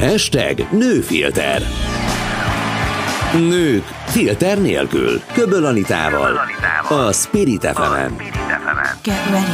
#nőfilter. Nők filter nélkül. Köböl Anitával. A Spirit FM-en. Get ready.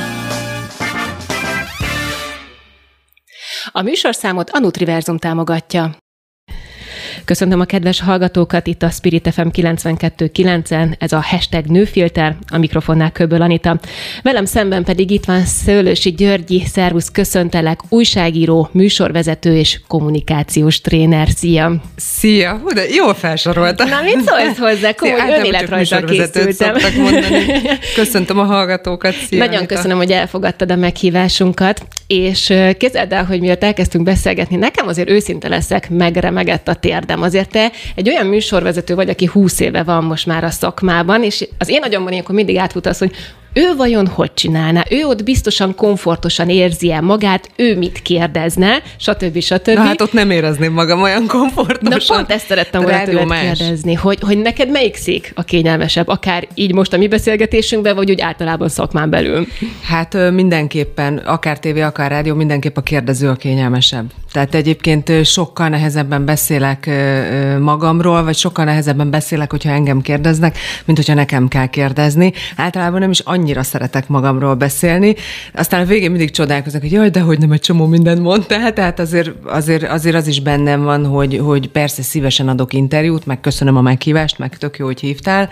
A műsorszámot a Nutriverzum támogatja. Köszöntöm a kedves hallgatókat itt a Spirit FM 92.9-en, ez a #nőfilter, a mikrofonnál Köböl Anita. Velem szemben pedig itt van Szőlősi Györgyi, szervusz, köszöntelek, újságíró, műsorvezető és kommunikációs tréner. Szia! Szia! Hú, de jól felsoroltad. Na, mit szólsz hozzá? Komoly önéletrajzzal készültem. Köszöntöm a hallgatókat. Szia, nagyon Anita. Köszönöm, hogy elfogadtad a meghívásunkat, és képzeld el, hogy miatt elkezdtünk beszélgetni, nekem azért őszinte leszek, megremegett a térdem. Azért te egy olyan műsorvezető vagy, aki 20 éve van most már a szakmában, és az én agyamban ilyenkor mindig átfutasz, hogy ő vajon hogy csinálná? Ő ott biztosan komfortosan érzi el magát, ő mit kérdezne, stb. Na hát ott nem érezném magam olyan komfortosan. Na pont ezt szerettem volna tőled kérdezni, hogy neked melyik szék a kényelmesebb, akár így most a mi beszélgetésünkben, vagy úgy általában szakmán belül? Hát mindenképpen, akár tévé, akár rádió, mindenképp a kérdező a kényelmesebb. Tehát egyébként sokkal nehezebben beszélek magamról, vagy sokkal nehezebben beszélek, hogyha engem kérdeznek, mint hogyha nekem kell kérdezni. Általában nem is annyira szeretek magamról beszélni. Aztán a végén mindig csodálkoznak, hogy jaj, de hogy nem egy csomó mindent mondtál. Tehát azért az is bennem van, hogy persze szívesen adok interjút, meg köszönöm a meghívást, meg tök jó, hogy hívtál.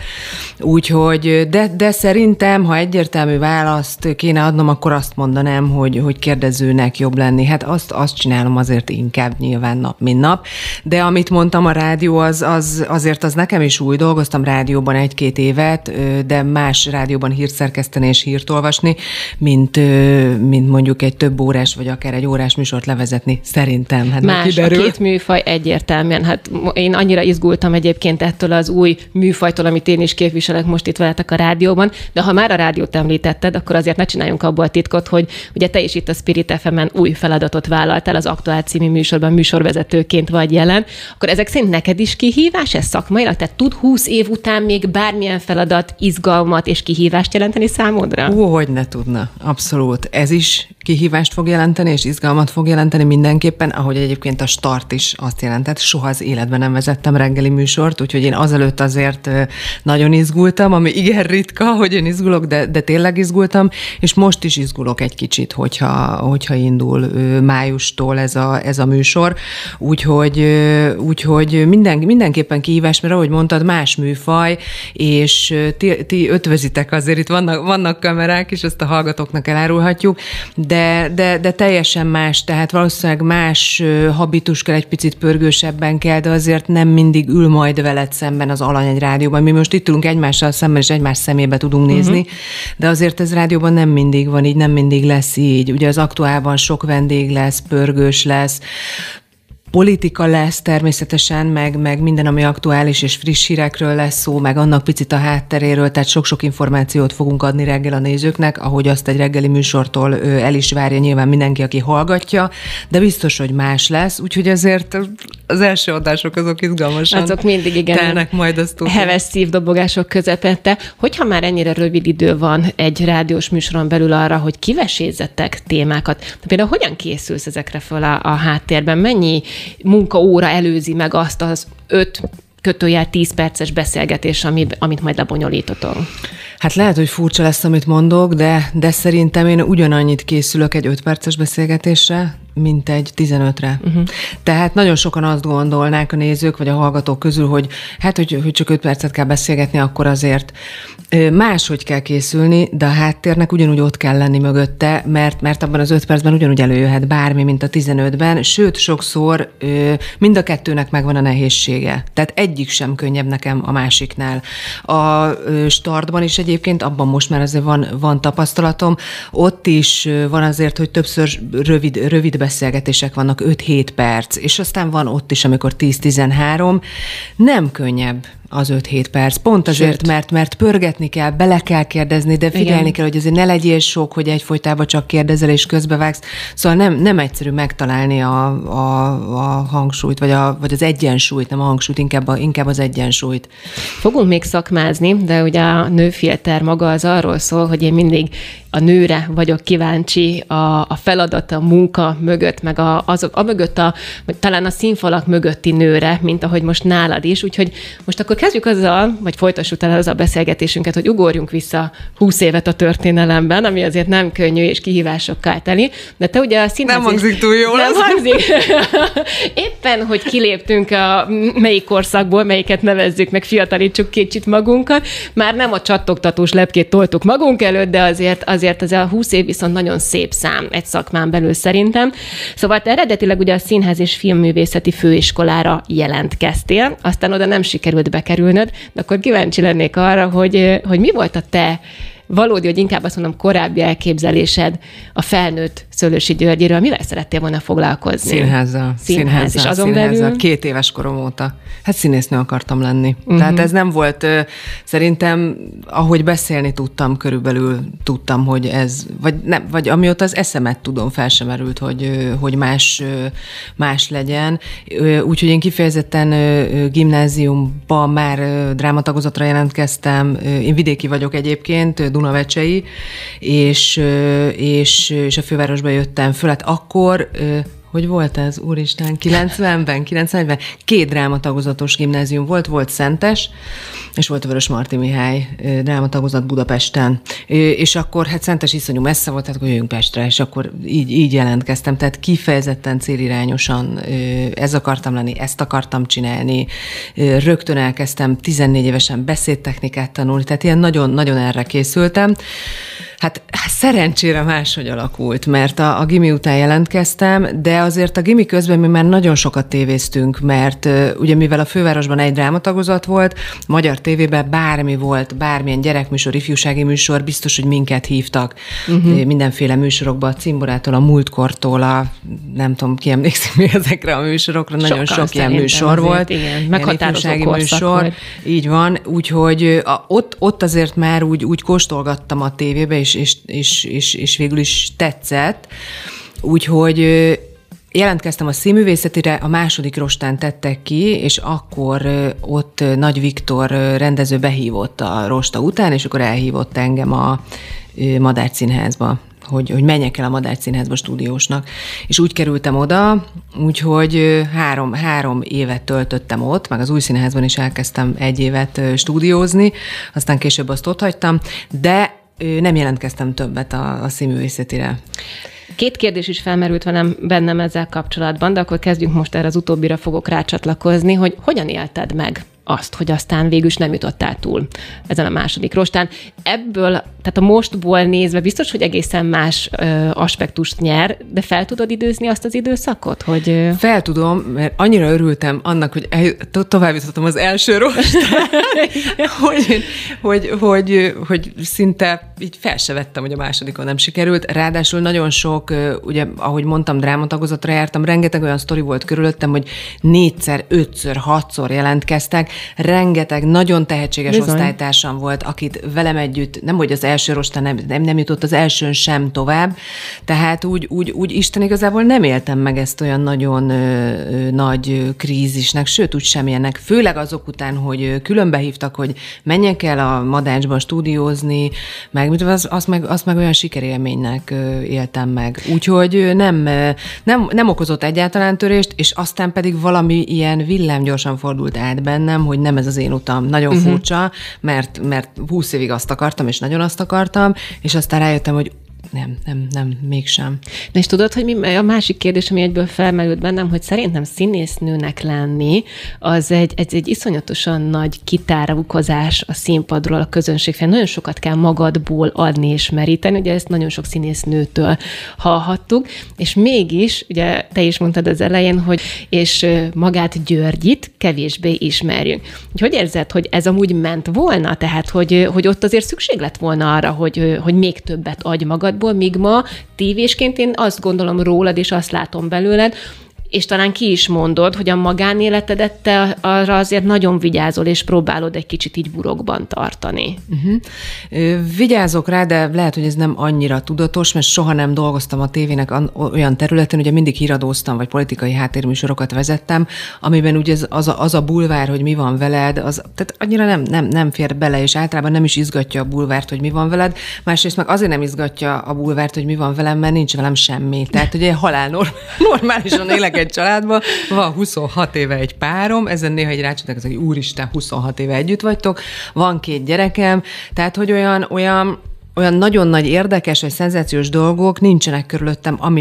Úgyhogy, de szerintem, ha egyértelmű választ kéne adnom, akkor azt mondanám, hogy kérdezőnek jobb lenni. Hát azt csinálom azért inkább nyilván nap, mint nap. De amit mondtam, a rádió azért az nekem is új. Dolgoztam rádióban 1-2 évet, de más rádióban hírszerkeszteni és hírt olvasni, mint mondjuk egy több órás, vagy akár egy órás műsort levezetni, szerintem. Hát más a két műfaj egyértelműen. Hát én annyira izgultam egyébként ettől az új műfajtól, amit én is képviselek most itt veletek a rádióban, de ha már a rádiót említetted, akkor azért ne csináljunk abból titkot, hogy ugye te is itt a Spirit FM-en új feladatot vállaltál, az Aktuál című műsorban műsorvezetőként vagy jelen, akkor ezek szerint neked is kihívás ez szakmailag? Tehát tud 20 év után még bármilyen feladat, izgalmat és kihívást jelenteni számodra? Hogy ne tudna. Abszolút. Ez is kihívást fog jelenteni, és izgalmat fog jelenteni mindenképpen, ahogy egyébként a start is azt jelentett. Soha az életben nem vezettem reggeli műsort, úgyhogy én azelőtt azért nagyon izgultam, ami igen ritka, hogy én izgulok, de tényleg izgultam, és most is izgulok egy kicsit, hogyha indul májustól ez a műsor. Úgyhogy mindenképpen kihívás, mert ahogy mondtad, más műfaj, és ti ötvözitek azért, itt vannak kamerák, és ezt a hallgatóknak elárulhatjuk, de teljesen más, tehát valószínűleg más habitus kell, egy picit pörgősebben kell, de azért nem mindig ül majd veled szemben az alany egy rádióban. Mi most itt ülünk egymással szemben, és egymás szemébe tudunk nézni, de azért ez rádióban nem mindig van így, nem mindig lesz így. Ugye az Aktuálban sok vendég lesz, pörgős lesz, politika lesz természetesen, meg minden, ami aktuális és friss hírekről lesz szó, meg annak picit a hátteréről, tehát sok-sok információt fogunk adni reggel a nézőknek, ahogy azt egy reggeli műsortól el is várja nyilván mindenki, aki hallgatja, de biztos, hogy más lesz, úgyhogy azért az első adások azok izgalmasan azok mindig igen telnek majd azt tudni. Heves szívdobogások közepette. Hogyha már ennyire rövid idő van egy rádiós műsoron belül arra, hogy kivesézzetek témákat, de például hogyan készülsz ezekre föl a háttérben? Mennyi munkaóra előzi meg azt az 5-10 perces beszélgetés, amit majd lebonyolítotok? Hát lehet, hogy furcsa lesz, amit mondok, de szerintem én ugyanannyit készülök egy 5 perces beszélgetésre, mint egy 15-re. Tehát nagyon sokan azt gondolnák a nézők, vagy a hallgatók közül, hogy csak 5 percet kell beszélgetni, akkor azért máshogy kell készülni, de a háttérnek ugyanúgy ott kell lenni mögötte, mert abban az 5 percben ugyanúgy előjöhet bármi, mint a 15-ben, sőt, sokszor mind a kettőnek megvan a nehézsége. Tehát egyik sem könnyebb nekem a másiknál. A startban is egyébként, abban most már azért van tapasztalatom, ott is van azért, hogy többször rövid beszélgetések vannak, 5-7 perc, és aztán van ott is, amikor 10-13. Nem könnyebb az 5-7 perc. Pont azért, mert pörgetni kell, bele kell kérdezni, de figyelni kell, hogy azért ne legyél sok, hogy egyfolytában csak kérdezel és közbevágsz. Szóval nem egyszerű megtalálni a hangsúlyt, vagy az egyensúlyt, nem a hangsúlyt, inkább az egyensúlyt. Fogunk még szakmázni, de ugye a nőfilter maga az arról szól, hogy én mindig a nőre vagyok kíváncsi, a feladat, a munka mögött, meg a mögött, vagy talán a színfalak mögötti nőre, mint ahogy most nálad is. Úgyhogy most akkor kezdjük azzal, vagy folytassuk el azzal a beszélgetésünket, hogy ugorjunk vissza 20 évet a történelemben, ami azért nem könnyű és kihívásokkal teli. De te ugye a színház... Nem hangzik túl jól. Nem hangzik. Éppen, hogy kiléptünk a melyik korszakból, melyiket nevezzük, meg fiatalítsuk kicsit magunkat. Már nem a csattogtatós lepkét toltuk magunk előtt, de azért ez a 20 év viszont nagyon szép szám egy szakmán belül szerintem. Szóval te eredetileg ugye a Színház és Filmművészeti Főiskolára jelentkeztél, aztán oda nem sikerült bekerülnöd, de akkor kíváncsi lennék arra, hogy mi volt a te valódi, hogy inkább azt mondom, korábbi elképzelésed a felnőtt Szőlősi Györgyiről. Mivel szerettél volna foglalkozni? Színházzal. És azon belül? 2 éves korom óta. Hát színésznő akartam lenni. Tehát ez nem volt, szerintem, ahogy beszélni tudtam, körülbelül tudtam, hogy ez, vagy amióta az eszemet tudom, fel sem merült, hogy más legyen. Úgyhogy én kifejezetten gimnáziumban már drámatagozatra jelentkeztem. Én vidéki vagyok egyébként, Dunavecsei, és a fővárosba jöttem föl. Hát akkor, hogy volt ez, úristen, 90-ben, 91-ben 2 drámatagozatos gimnázium volt Szentes, és volt a Vörösmarty Mihály drámatagozat Budapesten. És akkor hát Szentes iszonyú messze volt, tehát akkor jöjjünk Pestre, és akkor így jelentkeztem, tehát kifejezetten célirányosan ez akartam lenni, ezt akartam csinálni. Rögtön elkezdtem 14 évesen beszédtechnikát tanulni, tehát ilyen nagyon-nagyon erre készültem. Hát szerencsére máshogy alakult, mert a gimi után jelentkeztem, de azért a gimi közben mi már nagyon sokat tévéztünk, mert ugye mivel a fővárosban egy drámatagozat volt, magyar tévében bármi volt, bármilyen gyerekműsor, ifjúsági műsor, biztos, hogy minket hívtak mindenféle műsorokba, a Cimborától, a Múltkortól, nem tudom, ki emlékszik még ezekre a műsorokra, nagyon sok ilyen műsor volt. Igen, meghatározó korszak volt. Így van, úgyhogy ott azért már úgy kóstolgattam a tévébe, és végül is tetszett. Úgyhogy jelentkeztem a színművészetire, a második rostán tettek ki, és akkor ott Nagy Viktor rendező behívott a rosta után, és akkor elhívott engem a Madách Színházba, hogy menjek el a Madách Színházba stúdiósnak. És úgy kerültem oda, úgyhogy 3 évet töltöttem ott, meg az Új Színházban is elkezdtem 1 évet stúdiózni, aztán később azt otthagytam, de nem jelentkeztem többet a színművészetire. 2 kérdés is felmerült bennem ezzel kapcsolatban, de akkor kezdjünk most erre az utóbbira fogok rácsatlakozni, hogy hogyan élted meg azt, hogy aztán végül is nem jutottál túl ezen a második rostán. Ebből, tehát a mostból nézve biztos, hogy egészen más aspektust nyer, de fel tudod időzni azt az időszakot, hogy... Fel tudom, mert annyira örültem annak, hogy tovább jutottam az első rostán, hogy szinte így fel se vettem, hogy a másodikon nem sikerült. Ráadásul nagyon sok, ugye, ahogy mondtam, drámatagozatra jártam, rengeteg olyan sztori volt körülöttem, hogy 4-szer, 5-ször, 6-szor jelentkeztek, rengeteg nagyon tehetséges osztálytársam volt, akit velem együtt, nem hogy az első rostán nem jutott az elsőn sem tovább, tehát úgy Isten igazából nem éltem meg ezt olyan nagyon nagy krízisnek, sőt úgy semmilyennek, főleg azok után, hogy különbe hívtak, hogy menjek el a Madácsba stúdiózni, meg azt meg olyan sikerélménynek éltem meg. Úgyhogy nem okozott egyáltalán törést, és aztán pedig valami ilyen villámgyorsan fordult át bennem, hogy nem ez az én utam. Nagyon furcsa, mert 20 évig azt akartam, és nagyon azt akartam, és aztán rájöttem, hogy nem, mégsem. Na és tudod, hogy mi a másik kérdés, ami egyből felmerült bennem, hogy szerintem színésznőnek lenni, az egy iszonyatosan nagy kitárulkozás a színpadról, a közönség felé. Nagyon sokat kell magadból adni és meríteni, ugye ezt nagyon sok színésznőtől hallhattuk, és mégis, ugye te is mondtad az elején, hogy és magát Györgyit kevésbé ismerjünk. Hogy érzed, hogy ez amúgy ment volna? Tehát, hogy ott azért szükség lett volna arra, hogy még többet adj magadból, míg ma tévésként én azt gondolom rólad, és azt látom belőled, és talán ki is mondod, hogy a magánéletedet te arra azért nagyon vigyázol, és próbálod egy kicsit így burokban tartani. Vigyázok rá, de lehet, hogy ez nem annyira tudatos, mert soha nem dolgoztam a tévének olyan területen, ugye mindig híradóztam, vagy politikai háttérműsorokat vezettem, amiben ugye az a bulvár, hogy mi van veled, tehát annyira nem fér bele, és általában nem is izgatja a bulvárt, hogy mi van veled. Másrészt meg azért nem izgatja a bulvárt, hogy mi van velem, mert nincs velem semmi. Tehát ugye normálisan élek egy családban, van 26 éve egy párom, ezen néha egy rácsodálkozok, hogy úristen, 26 éve együtt vagytok, van 2 gyerekem, tehát hogy olyan nagyon nagy érdekes vagy szenzációs dolgok nincsenek körülöttem, ami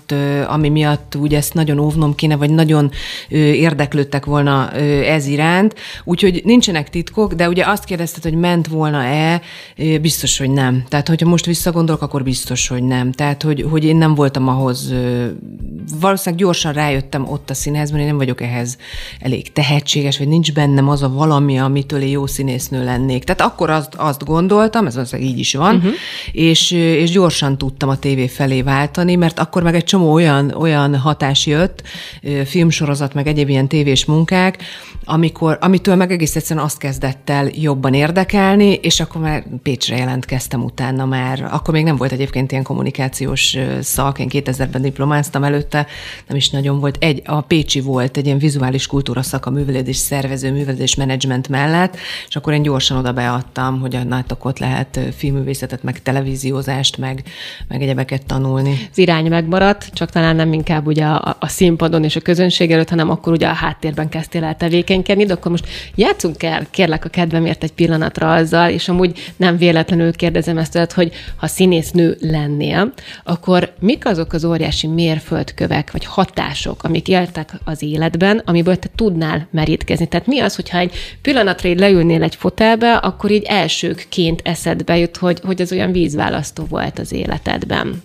miatt úgy ezt nagyon óvnom kéne, vagy nagyon érdeklődtek volna ez iránt. Úgyhogy nincsenek titkok, de ugye azt kérdezted, hogy ment volna-e, biztos, hogy nem. Tehát, hogyha most visszagondolok, akkor biztos, hogy nem. Tehát, hogy én nem voltam ahhoz, valószínűleg gyorsan rájöttem ott a színházban, én nem vagyok ehhez elég tehetséges, vagy nincs bennem az a valami, amitől én jó színésznő lennék. Tehát akkor azt gondoltam, ez az így is van, és gyorsan tudtam a tévé felé váltani, mert akkor meg egy csomó olyan hatás jött, filmsorozat, meg egyéb ilyen tévés munkák, amitől meg egész egyszerűen azt kezdett el jobban érdekelni, és akkor már Pécsre jelentkeztem utána már. Akkor még nem volt egyébként ilyen kommunikációs szak, én 2000-ben diplomáztam előtte, nem is nagyon volt. A pécsi volt egy ilyen vizuális kultúra szak a művelődés szervező, művelődés menedzsment mellett, és akkor én gyorsan oda beadtam, hogy nátok ott lehet filmművészetet, meg televíziózást, meg egyebeket tanulni. Az irány megmaradt, csak talán nem inkább ugye a színpadon és a közönség előtt, hanem akkor ugye a háttérben kezdtél el tevékenykedni, de akkor most játszunk el, kérlek a kedvemért egy pillanatra azzal, és amúgy nem véletlenül kérdezem ezt tőled, hogy ha színésznő lennél, akkor mik azok az óriási mérföldkövek, vagy hatások, amik éltek az életben, amiből te tudnál merítkezni? Tehát mi az, hogyha egy pillanatra így leülnél egy fotelbe, akkor így elsőkként eszedbe jut, hogy ez olyan vízválasztó volt az életedben?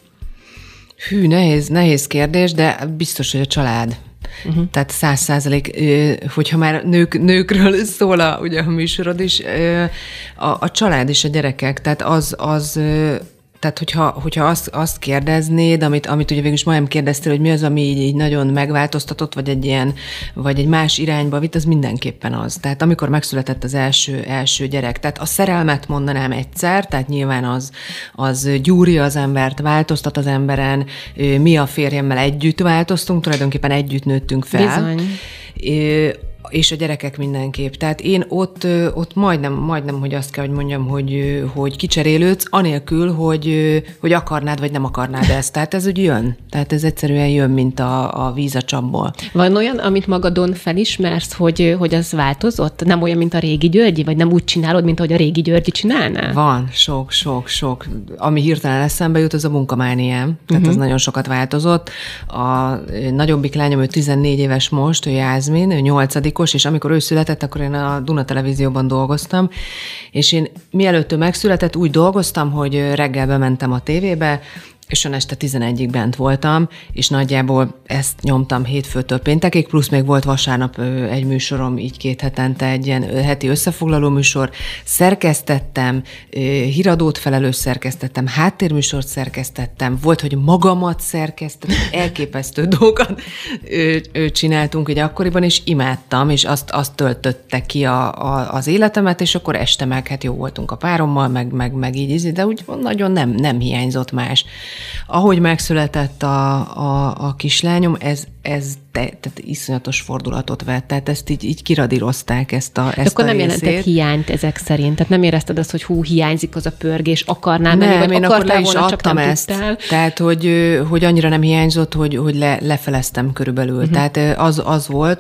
Hű, nehéz kérdés, de biztos, hogy a család. Tehát 100%, hogyha már nőkről szól ugye a műsorod is, a család és a gyerekek, tehát tehát hogyha azt kérdeznéd, amit ugye végül is majdnem kérdeztél, hogy mi az, ami így nagyon megváltoztatott, vagy egy más irányba vitt, az mindenképpen az. Tehát amikor megszületett az első gyerek, tehát a szerelmet mondanám egyszer, tehát nyilván az gyúrja az embert, változtat az emberen, mi a férjemmel együtt változtunk, tulajdonképpen együtt nőttünk fel. Bizony. És a gyerekek mindenképp. Tehát én ott majdnem, hogy azt kell, hogy mondjam, hogy kicserélődsz, anélkül, hogy akarnád, vagy nem akarnád ezt. Tehát ez úgy jön. Tehát ez egyszerűen jön, mint a víz a csapból. Van olyan, amit magadon felismersz, hogy az változott? Nem olyan, mint a régi Györgyi? Vagy nem úgy csinálod, mint ahogy a régi Györgyi csinálná? Van, sok. Ami hirtelen eszembe jut, az a munkamániám. Tehát az nagyon sokat változott. A nagyobbik lányom, ő 14 éves most, ő Jászmin, ő 8. és amikor ő született, akkor én a Duna Televízióban dolgoztam, és én mielőtt ő megszületett, úgy dolgoztam, hogy reggel bementem a tévébe, és olyan este 11-ig bent voltam, és nagyjából ezt nyomtam hétfőtől péntekig, plusz még volt vasárnap egy műsorom, így 2 hetente egy ilyen heti összefoglaló műsor. Szerkesztettem, híradót felelős szerkesztettem, háttérműsort szerkesztettem, volt, hogy magamat szerkesztettem, elképesztő dolgokat csináltunk ugye akkoriban, és imádtam, és azt töltötte ki az életemet, és akkor este meg, hát jó voltunk a párommal, meg így, de úgy nagyon nem hiányzott más. Ahogy megszületett a kislányom, tehát iszonyatos fordulatot vett, tehát ezt így kiradírozták ezt a részét. Akkor nem jelentett hiányt ezek szerint? Tehát nem érezted azt, hogy hiányzik az a pörgés, akarnál menni, vagy akartál volna, csak nem tudtál? Tehát, hogy annyira nem hiányzott, hogy lefeleztem körülbelül. Tehát az volt,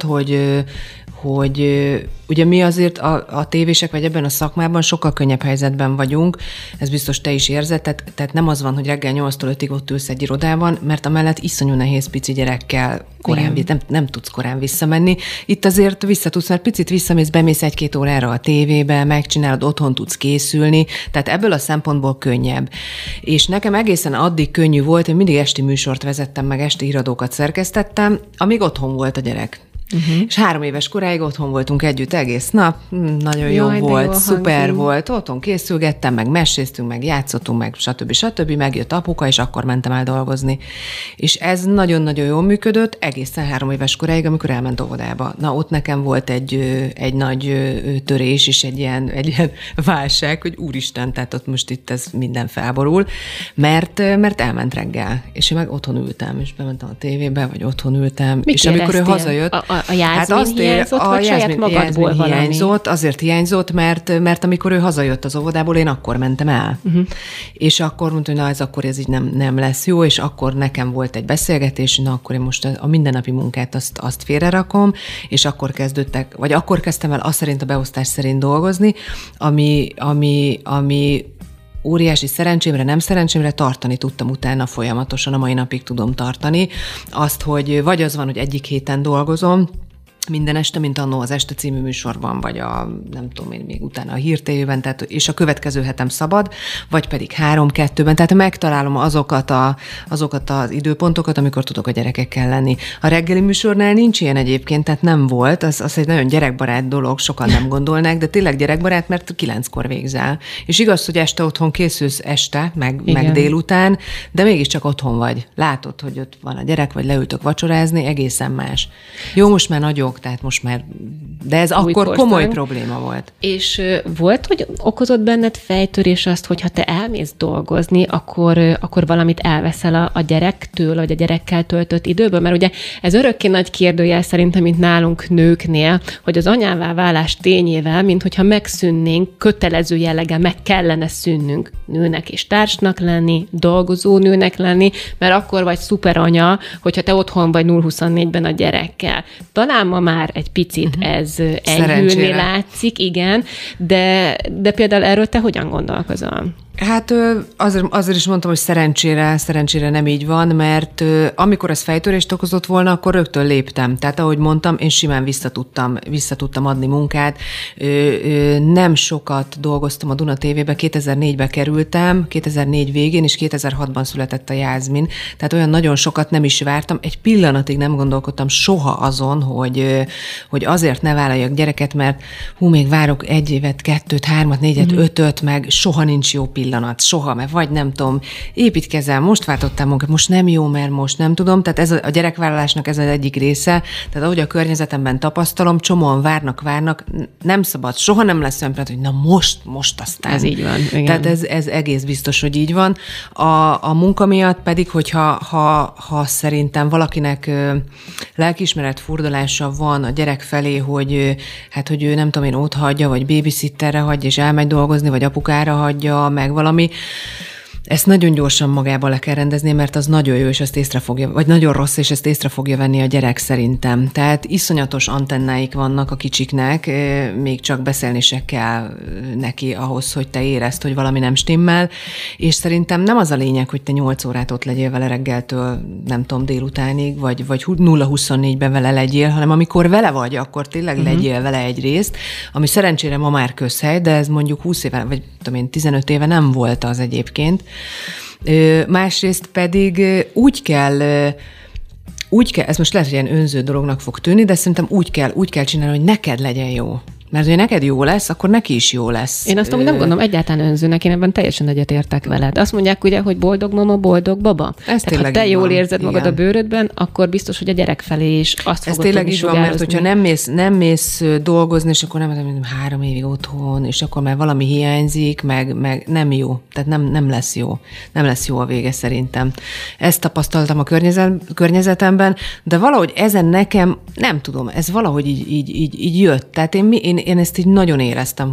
hogy ugye mi azért a tévések, vagy ebben a szakmában sokkal könnyebb helyzetben vagyunk, ez biztos te is érzed, tehát nem az van, hogy reggel 8-tól 5-ig ott ülsz egy irodában, mert amellett iszonyú nehéz pici gyerekkel nem tudsz korán visszamenni. Itt azért visszatudsz, mert picit visszamész, bemész 1-2 órára a tévébe, megcsinálod, otthon tudsz készülni, tehát ebből a szempontból könnyebb. És nekem egészen addig könnyű volt, hogy mindig esti műsort vezettem, meg esti híradókat szerkesztettem, amíg otthon volt a gyerek. És 3 éves koráig otthon voltunk együtt egész nap, nagyon jó volt, szuper volt, otthon készülgettem, meg meséztünk, meg játszottunk, meg stb. Megjött apuka, és akkor mentem el dolgozni. És ez nagyon-nagyon jól működött, egészen 3 éves koráig, amikor elment óvodába. Na, ott nekem volt egy nagy törés, és egy ilyen válság, hogy úristen, tehát ott most itt ez minden felborul, mert elment reggel, és én meg otthon ültem, és bementem a tévébe, vagy otthon ültem, Mit és amikor ő hazajött, a Jászmin hiányzott, vagy saját magadból valami? Hiányzott, azért hiányzott, mert amikor ő hazajött az óvodából, én akkor mentem el. És akkor mondta, hogy ez így nem lesz jó, és akkor nekem volt egy beszélgetés, akkor én most a mindennapi munkát azt félrerakom, és akkor kezdtem el azt szerint a beosztás szerint dolgozni, ami óriási szerencsémre, nem szerencsémre tartani tudtam utána folyamatosan, a mai napig tudom tartani. Azt, hogy vagy az van, hogy egyik héten dolgozom, minden este, mint annó az Este című műsorban, vagy nem tudom én, még utána a Hír TV-ben, tehát, és a következő hetem szabad, vagy pedig 3-2-ben, tehát megtalálom azokat az időpontokat, amikor tudok a gyerekekkel lenni. A reggeli műsornál nincs ilyen egyébként, tehát nem volt, az egy nagyon gyerekbarát dolog, sokan nem gondolnák, de tényleg gyerekbarát, mert 9-kor végzel. És igaz, hogy este otthon készülsz este, meg délután, de mégiscsak otthon vagy. Látod, hogy ott van a gyerek, vagy leültök vacsorázni, egészen más. Jó, most már nagyok, tehát most már, de ez akkor komoly probléma volt. És volt, hogy okozott benned fejtörés azt, hogy ha te elmész dolgozni, akkor valamit elveszel a gyerektől, vagy a gyerekkel töltött időből? Mert ugye ez örökké nagy kérdőjel szerintem, mint nálunk nőknél, hogy az anyává válás tényével, mint hogyha megszűnnénk, kötelező jelleggel meg kellene szűnnünk nőnek és társnak lenni, dolgozó nőnek lenni, mert akkor vagy szuper anya, hogyha te otthon vagy 0-24-ben a gyerekkel. Talán ma már egy picit ez enyhülni látszik, igen, de például erről te hogyan gondolkozol? Hát azért is mondtam, hogy szerencsére nem így van, mert amikor ez fejtörést okozott volna, akkor rögtön léptem. Tehát ahogy mondtam, én simán vissza tudtam adni munkát. Nem sokat dolgoztam a Duna TV-be, 2004-be kerültem, 2004 végén, és 2006-ban született a Jászmin. Tehát olyan nagyon sokat nem is vártam. Egy pillanatig nem gondolkodtam soha azon, hogy azért ne vállaljak gyereket, mert még várok 1 évet, 2-t, 3-at, 4-et, 5-öt, meg soha nincs jó pillanat. Soha, mert vagy nem tudom, építkezel, most váltottam munkát, most nem jó, mert most nem tudom, tehát ez a gyerekvállalásnak ez az egyik része, tehát ahogy a környezetemben tapasztalom, csomóan várnak, nem szabad, soha nem lesz olyan pillanat, hogy na most aztán. Ez így van, igen. Tehát ez egész biztos, hogy így van. A munka miatt pedig, hogyha szerintem valakinek lelkiismeret furdalása van a gyerek felé, hogy ő nem tudom én ott hagyja, vagy babysitterre hagyja, és elmegy dolgozni, vagy apukára hagyja, meg valami. Ezt nagyon gyorsan magába le kell rendezni, mert az nagyon jó, és ezt észre fogja, vagy nagyon rossz, és ezt észre fogja venni a gyerek szerintem. Tehát iszonyatos antennáik vannak a kicsiknek, még csak beszélni se kell neki ahhoz, hogy te érezd, hogy valami nem stimmel, és szerintem nem az a lényeg, hogy te 8 órát ott legyél vele reggeltől, nem tudom, délutánig, vagy 0-24-ben vele legyél, hanem amikor vele vagy, akkor tényleg legyél vele egy részt, ami szerencsére ma már közhely, de ez mondjuk 20 éve, vagy tudom én, 15 éve nem volt az egyébként. Másrészt pedig úgy kell, ez most lehet, hogy ilyen önző dolognak fog tűnni, de szerintem úgy kell csinálni, hogy neked legyen jó. Mert ha neked jó lesz, akkor neki is jó lesz. Én azt nem gondolom egyáltalán önzőnek, én ebben teljesen egyetértek veled. Azt mondják ugye, hogy boldog mama, boldog baba. Tehát, ha te jól érzed magad a bőrödben, akkor biztos, hogy a gyerek felé is azt fogod tudni tényleg így van, mert hogyha nem mész dolgozni, és akkor nem 3 évig otthon, és akkor már valami hiányzik, meg nem jó. Tehát nem lesz jó. Nem lesz jó a vége szerintem. Ezt tapasztaltam a környezetemben, de valahogy ezen nekem, nem tudom, ez valahogy így jött. Tehát én ezt így nagyon éreztem,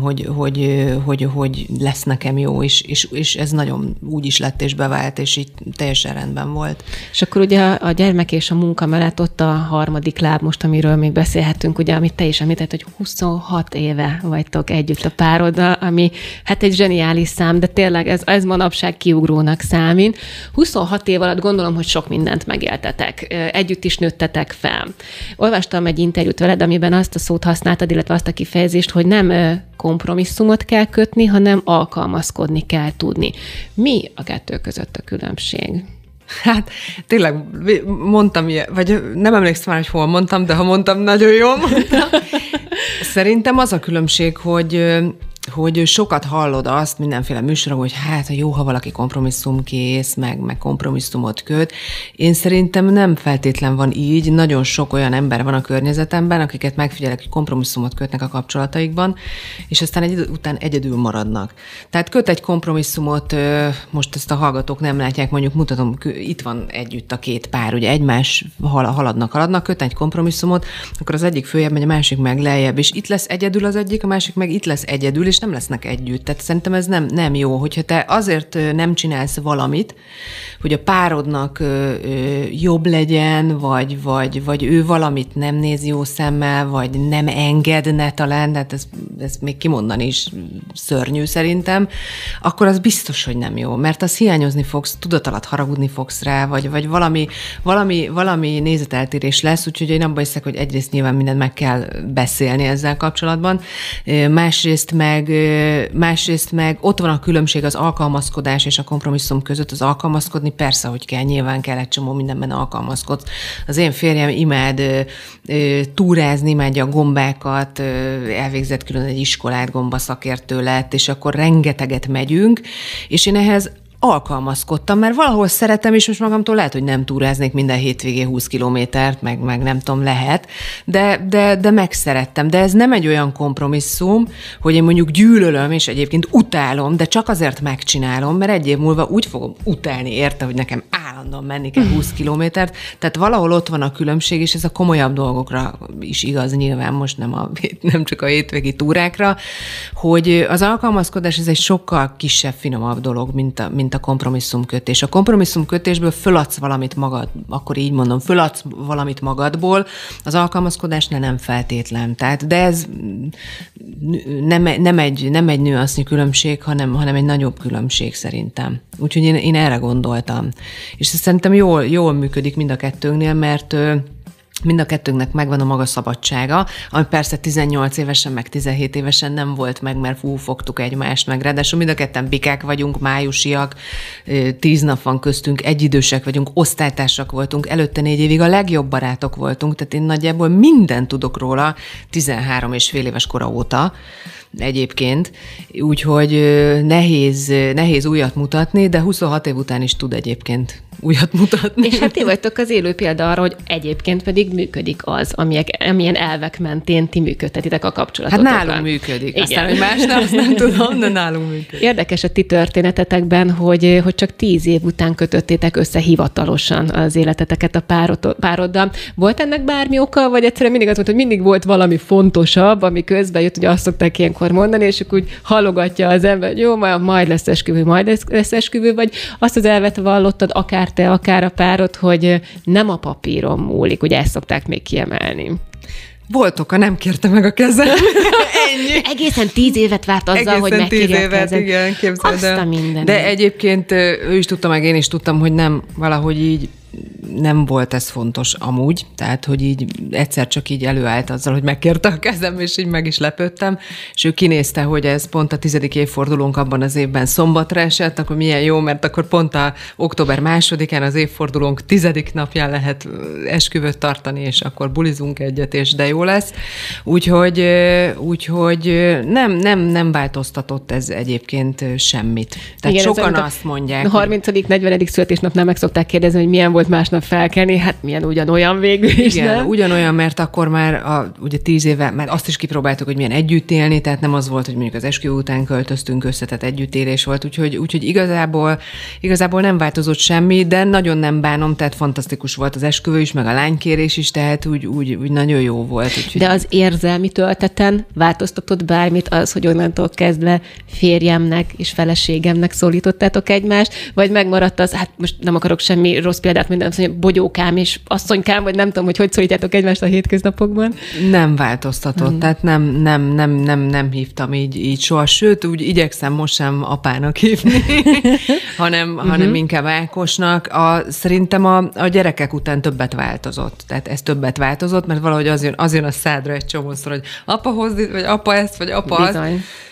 hogy lesz nekem jó, és ez nagyon úgy is lett és bevált, és így teljesen rendben volt. És akkor ugye a gyermek és a munka mellett ott a harmadik láb most, amiről még beszélhetünk, ugye, amit te is említett, hogy 26 éve vagytok együtt a pároddal, ami hát egy zseniális szám, de tényleg ez manapság kiugrónak számít. 26 év alatt gondolom, hogy sok mindent megéltetek. Együtt is nőttetek fel. Olvastam egy interjút veled, amiben azt a szót használtad, illetve azt a kifejezést, hogy nem kompromisszumot kell kötni, hanem alkalmazkodni kell tudni. Mi a kettő között a különbség? Hát tényleg mondtam ilyen, vagy nem emlékszem már, hogy hol mondtam, de ha mondtam, nagyon jól mondtam. Szerintem az a különbség, hogy sokat hallod azt mindenféle műsorra, hogy hát jó, ha valaki kompromisszumkész, meg kompromisszumot köt. Én szerintem nem feltétlen van így. Nagyon sok olyan ember van a környezetemben, akiket megfigyelek, hogy kompromisszumot kötnek a kapcsolataikban, és aztán egy idő után egyedül maradnak. Tehát köt egy kompromisszumot, most ezt a hallgatók nem látják, mondjuk mutatom, itt van együtt a két pár, ugye egymás haladnak, köt egy kompromisszumot, akkor az egyik följebb megy, a másik meg lejjebb, és itt lesz egyedül az egyik, a másik meg itt lesz egyedül, és nem lesznek együtt. Tehát szerintem ez nem jó, hogyha te azért nem csinálsz valamit, hogy a párodnak jobb legyen, vagy ő valamit nem néz jó szemmel, vagy nem engedne talán, tehát ezt még kimondani is szörnyű szerintem, akkor az biztos, hogy nem jó, mert az hiányozni fogsz, tudat alatt haragudni fogsz rá, vagy valami nézeteltérés lesz, úgyhogy én abban hiszek, hogy egyrészt nyilván mindent meg kell beszélni ezzel kapcsolatban, másrészt meg ott van a különbség az alkalmazkodás és a kompromisszum között. Az alkalmazkodni persze, hogy kell, nyilván kell, egy csomó mindenben alkalmazkodsz. Az én férjem imád túrázni, imádja a gombákat, elvégzett külön egy iskolát, gombaszakértő lett, és akkor rengeteget megyünk, és én ehhez alkalmazkodtam, mert valahol szeretem, és most magamtól lehet, hogy nem túráznék minden hétvégén 20 kilométert, meg nem tudom, lehet, de megszerettem. De ez nem egy olyan kompromisszum, hogy én mondjuk gyűlölöm, és egyébként utálom, de csak azért megcsinálom, mert egy év múlva úgy fogom utálni érte, hogy nekem állandóan menni kell 20 kilométert, tehát valahol ott van a különbség, és ez a komolyabb dolgokra is igaz nyilván, most nem csak a hétvégi túrákra, hogy az alkalmazkodás ez egy sokkal kisebb, finomabb dolog, mint a kompromisszumkötés. A kompromisszumkötésből föladsz valamit magad, akkor így mondom, föladsz valamit magadból, az alkalmazkodás nem feltétlen. Tehát, de ez nem egy nüansznyi különbség, hanem egy nagyobb különbség szerintem. Úgyhogy én erre gondoltam. És szerintem jól működik mind a kettőnknél, mert mind a kettőnknek megvan a maga szabadsága, ami persze 18 évesen, meg 17 évesen nem volt meg, mert fogtuk egymást meg. Ráadásul mind a ketten bikák vagyunk, májusiak, 10 nap van köztünk, egyidősek vagyunk, osztálytársak voltunk, előtte 4 évig a legjobb barátok voltunk, tehát én nagyjából mindent tudok róla 13 és fél éves kora óta egyébként, úgyhogy nehéz újat mutatni, de 26 év után is tud egyébként újat mutatni. És hát ti vagytok az élő példa arra, hogy egyébként pedig működik az, amilyen elvek mentén ti működtetitek a kapcsolatotokat. Hát nálunk működik. Igen. Aztán, hogy másnál azt nem tudom, de nálunk működik. Érdekes a ti történetetekben, hogy csak 10 év után kötöttétek össze hivatalosan az életeteket a pároddal. Volt ennek bármi oka, vagy egyszerűen mindig az volt, hogy mindig volt valami fontosabb, ami közben jött, ugye azt szokták ilyenkor mondani, és akkor úgy hallogatja az ember, hogy jó, majd lesz esküvő, vagy azt az elvet vallottad, akár te, akár a párod, hogy nem a papíron múlik, ugye ezt szokták még kiemelni. Volt oka, nem kérte meg a kezem. Ennyi. Egészen 10 évet várt azzal, hogy megkérje a kezem. Igen, képzeld el. Azt a minden. De egyébként ő is tudta, meg én is tudtam, hogy nem, valahogy így nem volt ez fontos amúgy, tehát, hogy így egyszer csak így előállt azzal, hogy megkérte a kezem, és így meg is lepődtem, és ő kinézte, hogy ez pont a 10. évfordulónk abban az évben szombatra esett, akkor milyen jó, mert akkor pont a október 2-án az évfordulónk 10. napján lehet esküvőt tartani, és akkor bulizunk egyet, és de jó lesz. Úgyhogy nem változtatott ez egyébként semmit. Tehát igen, sokan azt mondják. A 30. 40. születésnapnál meg szokták kérdezni, hogy milyen volt másnap felkelni, hát milyen ugyanolyan végül is, igen, nem? Ugyanolyan, mert akkor már ugye 10 éve, mert azt is kipróbáltuk, hogy milyen együtt élni, tehát nem az volt, hogy mondjuk az esküvő után költöztünk össze, tehát együttélés volt, úgyhogy igazából nem változott semmi, de nagyon nem bánom, tehát fantasztikus volt az esküvő is, meg a lánykérés is, tehát úgy nagyon jó volt. Úgyhogy... De az érzelmi tölteten változtatott bármit az, hogy onnantól kezdve férjemnek és feleségemnek szólítottátok egymást, vagy megmaradt az, hát most nem akarok semmi rossz példát mondani, azt mondja, bogyókám és asszonykám, vagy nem tudom, hogy szólítjátok egymást a hétköznapokban. Nem változtatott, tehát nem hívtam így soha, sőt, úgy igyekszem most sem apának hívni, hanem inkább Ákosnak. Szerintem a gyerekek után többet változott. Tehát ez többet változott, mert valahogy az jön a szádra egy csomószor, hogy apa hozd, vagy apa ezt, vagy apa azt.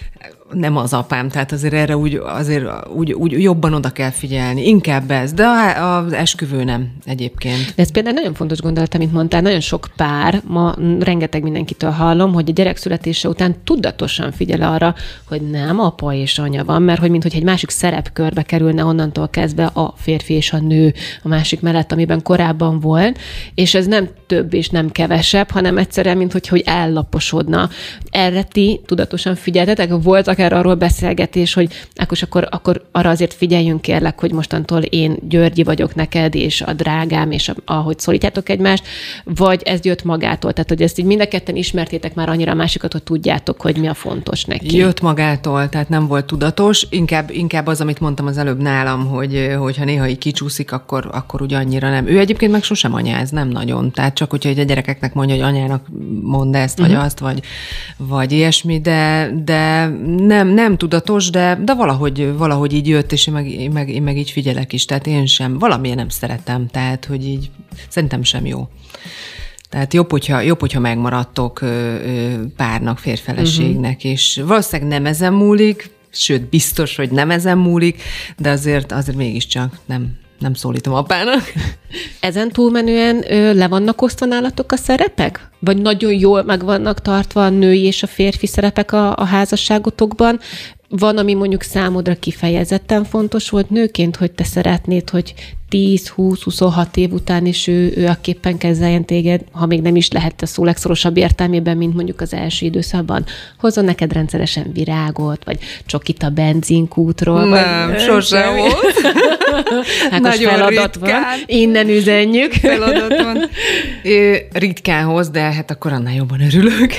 nem az apám, tehát azért erre úgy jobban oda kell figyelni. Inkább ez, de az esküvő nem egyébként. De ez például nagyon fontos gondolat, amit mondtál, nagyon sok pár, ma rengeteg mindenkitől hallom, hogy a gyerek születése után tudatosan figyel arra, hogy nem apa és anya van, mert hogy minthogy egy másik szerepkörbe kerülne onnantól kezdve a férfi és a nő a másik mellett, amiben korábban volt, és ez nem több és nem kevesebb, hanem egyszerűen, hogy ellaposodna. Erre ti tudatosan figyeltetek? Volt akár arról beszélgetés, hogy akkor arra azért figyeljünk kérlek, hogy mostantól én Györgyi vagyok neked, és a drágám, és ahogy szólítjátok egymást, vagy ez jött magától? Tehát, hogy ezt így mind a ketten ismertétek már annyira a másikat, hogy tudjátok, hogy mi a fontos neki. Jött magától, tehát nem volt tudatos. Inkább az, amit mondtam az előbb nálam, hogy ha néha így kicsúszik, akkor ugye annyira nem. Ő egyébként meg sosem anyáz, nem nagyon. Tehát csak, hogyha a gyerekeknek mondja, hogy anyának mondd ezt, vagy azt, vagy ilyesmi, de nem tudatos, de valahogy így jött, és én meg így figyelek is. Tehát én sem, valamilyen nem szeretem, tehát, hogy így szerintem sem jó. Tehát jobb, hogyha megmaradtok párnak, férfeleségnek, és valószínűleg nem ezen múlik, sőt, biztos, hogy nem ezen múlik, de azért mégiscsak nem szólítom apának. Ezen túlmenően le vannak osztva nálatok a szerepek? Vagy nagyon jól meg vannak tartva a női és a férfi szerepek a házasságotokban? Van, ami mondjuk számodra kifejezetten fontos volt nőként, hogy te szeretnéd, hogy 10-20-26 év után is ő akképpen kezeljen téged, ha még nem is lehet a szó legszorosabb értelmében, mint mondjuk az első időszakban. Hozzon neked rendszeresen virágot, vagy csokit a benzinkútról. Nem, sosem volt. Nagyon feladat ritkán. Van. Innen üzenjük. Feladat van. Ritkán hoz, de hát akkor annál jobban örülök.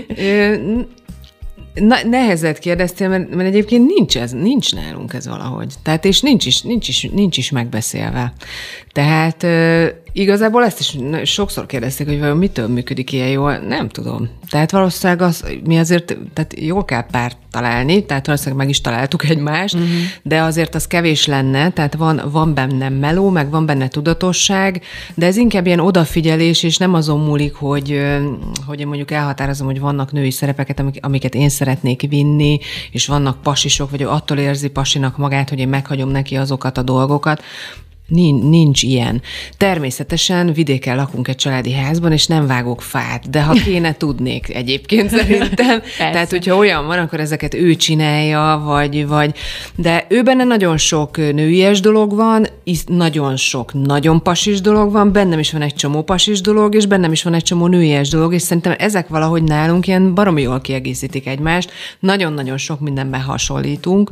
Nehezet kérdeztél, mert egyébként nincs nálunk ez valahogy. Tehát, és nincs is megbeszélve. Tehát igazából ezt is sokszor kérdezték, hogy vajon mitől működik ilyen jól, nem tudom. Tehát valószínűleg mi azért, tehát jól kell párt találni, tehát valószínűleg meg is találtuk egymást, de azért az kevés lenne, tehát van benne meló, meg van benne tudatosság, de ez inkább ilyen odafigyelés, és nem azon múlik, hogy én mondjuk elhatározom, hogy vannak női szerepeket, amiket én szeretnék vinni, és vannak pasisok, vagy attól érzi pasinak magát, hogy én meghagyom neki azokat a dolgokat. Nincs ilyen. Természetesen vidéken lakunk egy családi házban, és nem vágok fát, de ha kéne, tudnék egyébként szerintem. Tehát, hogyha olyan van, akkor ezeket ő csinálja, vagy de ő benne nagyon sok nőies dolog van, nagyon sok nagyon pasis dolog van, bennem is van egy csomó pasis dolog, és bennem is van egy csomó nőies dolog, és szerintem ezek valahogy nálunk ilyen baromi jól kiegészítik egymást. Nagyon-nagyon sok mindenben hasonlítunk.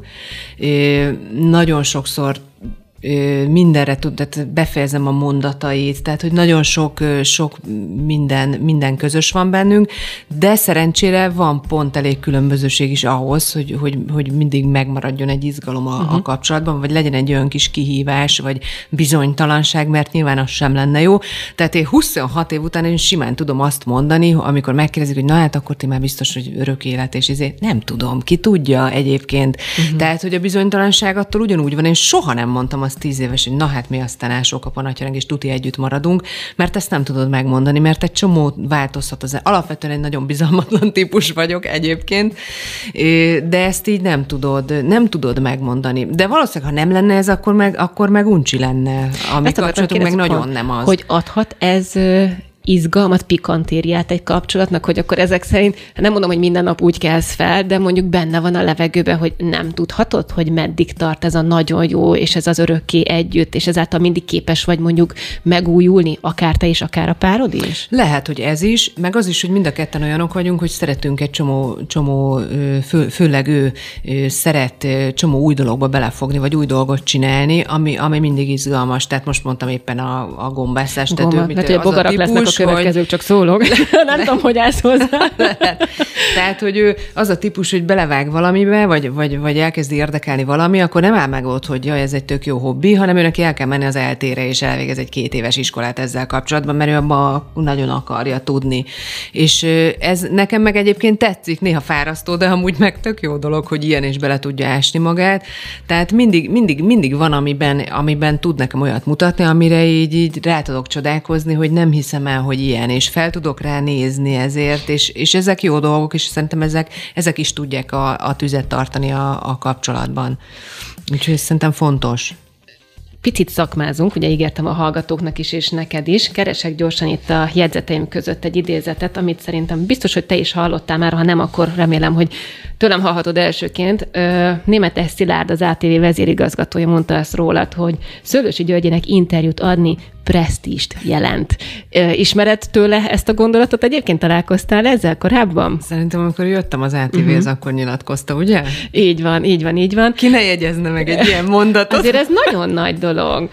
Nagyon sokszor mindenre tehát befejezem a mondatait, tehát, hogy nagyon sok minden közös van bennünk, de szerencsére van pont elég különbözőség is ahhoz, hogy mindig megmaradjon egy izgalom a kapcsolatban, vagy legyen egy olyan kis kihívás, vagy bizonytalanság, mert nyilván az sem lenne jó. Tehát én 26 év után én simán tudom azt mondani, amikor megkérdezik, hogy na hát akkor ti már biztos, hogy örök élet, és nem tudom, ki tudja egyébként. Tehát, hogy a bizonytalanság attól ugyanúgy van, én soha nem mondtam azt 10 éves, hogy na hát mi aztán ásók a panatyarang, és tuti együtt maradunk, mert ezt nem tudod megmondani, mert egy csomó változhat az. Alapvetően egy nagyon bizalmatlan típus vagyok egyébként, de ezt így nem tudod megmondani. De valószínűleg, ha nem lenne ez, akkor meg uncsi lenne. A mi kapcsolatunk meg nagyon nem az. Hogy adhat ez izgalmat, pikantériát egy kapcsolatnak, hogy akkor ezek szerint, nem mondom, hogy minden nap úgy kelsz fel, de mondjuk benne van a levegőben, hogy nem tudhatod, hogy meddig tart ez a nagyon jó, és ez az örökké együtt, és ezáltal mindig képes vagy mondjuk megújulni, akár te is, akár a párod is? Lehet, hogy ez is, meg az is, hogy mind a ketten olyanok vagyunk, hogy szeretünk egy csomó főleg ő szeret csomó új dologba belefogni, vagy új dolgot csinálni, ami mindig izgalmas. Tehát most mondtam éppen a gombászást. Következők, csak szólok. Nem tudom, hogy állsz hozzá. Tehát, hogy ő az a típus, hogy belevág valamibe, vagy elkezdi érdekelni valami, akkor nem áll meg ott, hogy jaj, ez egy tök jó hobbi, hanem őnek el kell menni az eltére, és elvégez egy 2 éves iskolát ezzel kapcsolatban, mert ő abban nagyon akarja tudni. És ez nekem meg egyébként tetszik, néha fárasztó, de amúgy meg tök jó dolog, hogy ilyen is bele tudja ásni magát. Tehát mindig van, amiben tud nekem olyat mutatni, amire így rá tudok csodálkozni, hogy nem hiszem el, hogy ilyen, és fel tudok rá nézni ezért, és ezek jó dolgok, és szerintem ezek is tudják a tüzet tartani a kapcsolatban. Úgyhogy szerintem fontos. Picit szakmázunk, ugye ígértem a hallgatóknak is, és neked is. Keresek gyorsan itt a jegyzeteim között egy idézetet, amit szerintem biztos, hogy te is hallottál már, ha nem, akkor remélem, hogy tőlem hallhatod elsőként. Németes Szilárd, az ATV vezérigazgatója mondta ezt rólad, hogy Szőlősi Györgyének interjút adni presztízst jelent. Ismered tőle ezt a gondolatot? Egyébként találkoztál ezzel korábban? Szerintem, amikor jöttem az ATV-hez, akkor nyilatkozta, ugye? Így van. Ki ne jegyezne meg egy ilyen mondatot? Azért ez nagyon nagy dolog.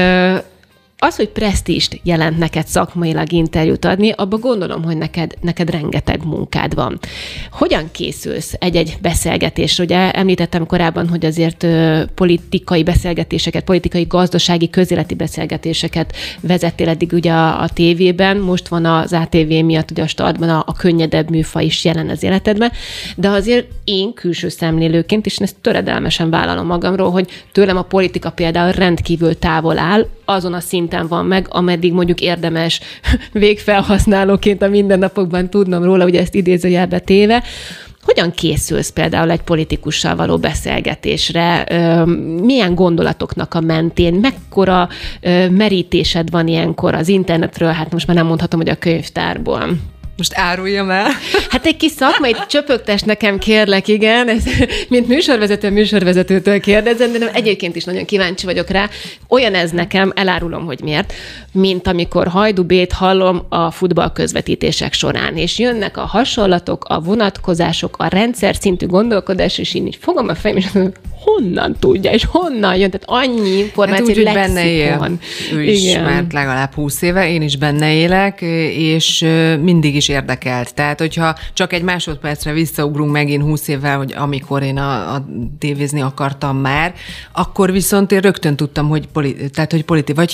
Az, hogy presztízst jelent neked szakmailag interjút adni, abban gondolom, hogy neked rengeteg munkád van. Hogyan készülsz egy-egy beszélgetésre? Ugye említettem korábban, hogy azért politikai beszélgetéseket, politikai, gazdasági, közéleti beszélgetéseket vezettél eddig ugye a tévében, most van az ATV miatt ugye a startban a könnyedebb műfaj is jelen az életedben, de azért én külső szemlélőként, és ezt töredelmesen vállalom magamról, hogy tőlem a politika például rendkívül távol áll, azon a szinten van meg, ameddig mondjuk érdemes végfelhasználóként a mindennapokban tudnom róla, ugye ezt idézőjelbe téve. Hogyan készülsz például egy politikussal való beszélgetésre? Milyen gondolatoknak a mentén? Mekkora merítésed van ilyenkor az internetről? Hát most már nem mondhatom, hogy a könyvtárból. Most áruljam el. Hát egy kis szakmai csöpögtest nekem, kérlek, igen, ez, mint műsorvezetőtől kérdezem, de nem, egyébként is nagyon kíváncsi vagyok rá. Olyan ez nekem, elárulom, hogy miért, mint amikor Hajdú B-t hallom a futball közvetítések során, és jönnek a hasonlatok, a vonatkozások, a rendszer szintű gondolkodás, és én így fogom a fejem, és honnan tudja, és honnan jön, tehát annyi információ, hát úgy, hogy benne él. Ő is már legalább 20 éve, én is benne élek, és mindig is érdekelt. Tehát, hogyha csak egy másodpercre visszaugrunk megint 20 évvel, hogy amikor én a tévézni akartam már, akkor viszont én rögtön tudtam, hogy vagy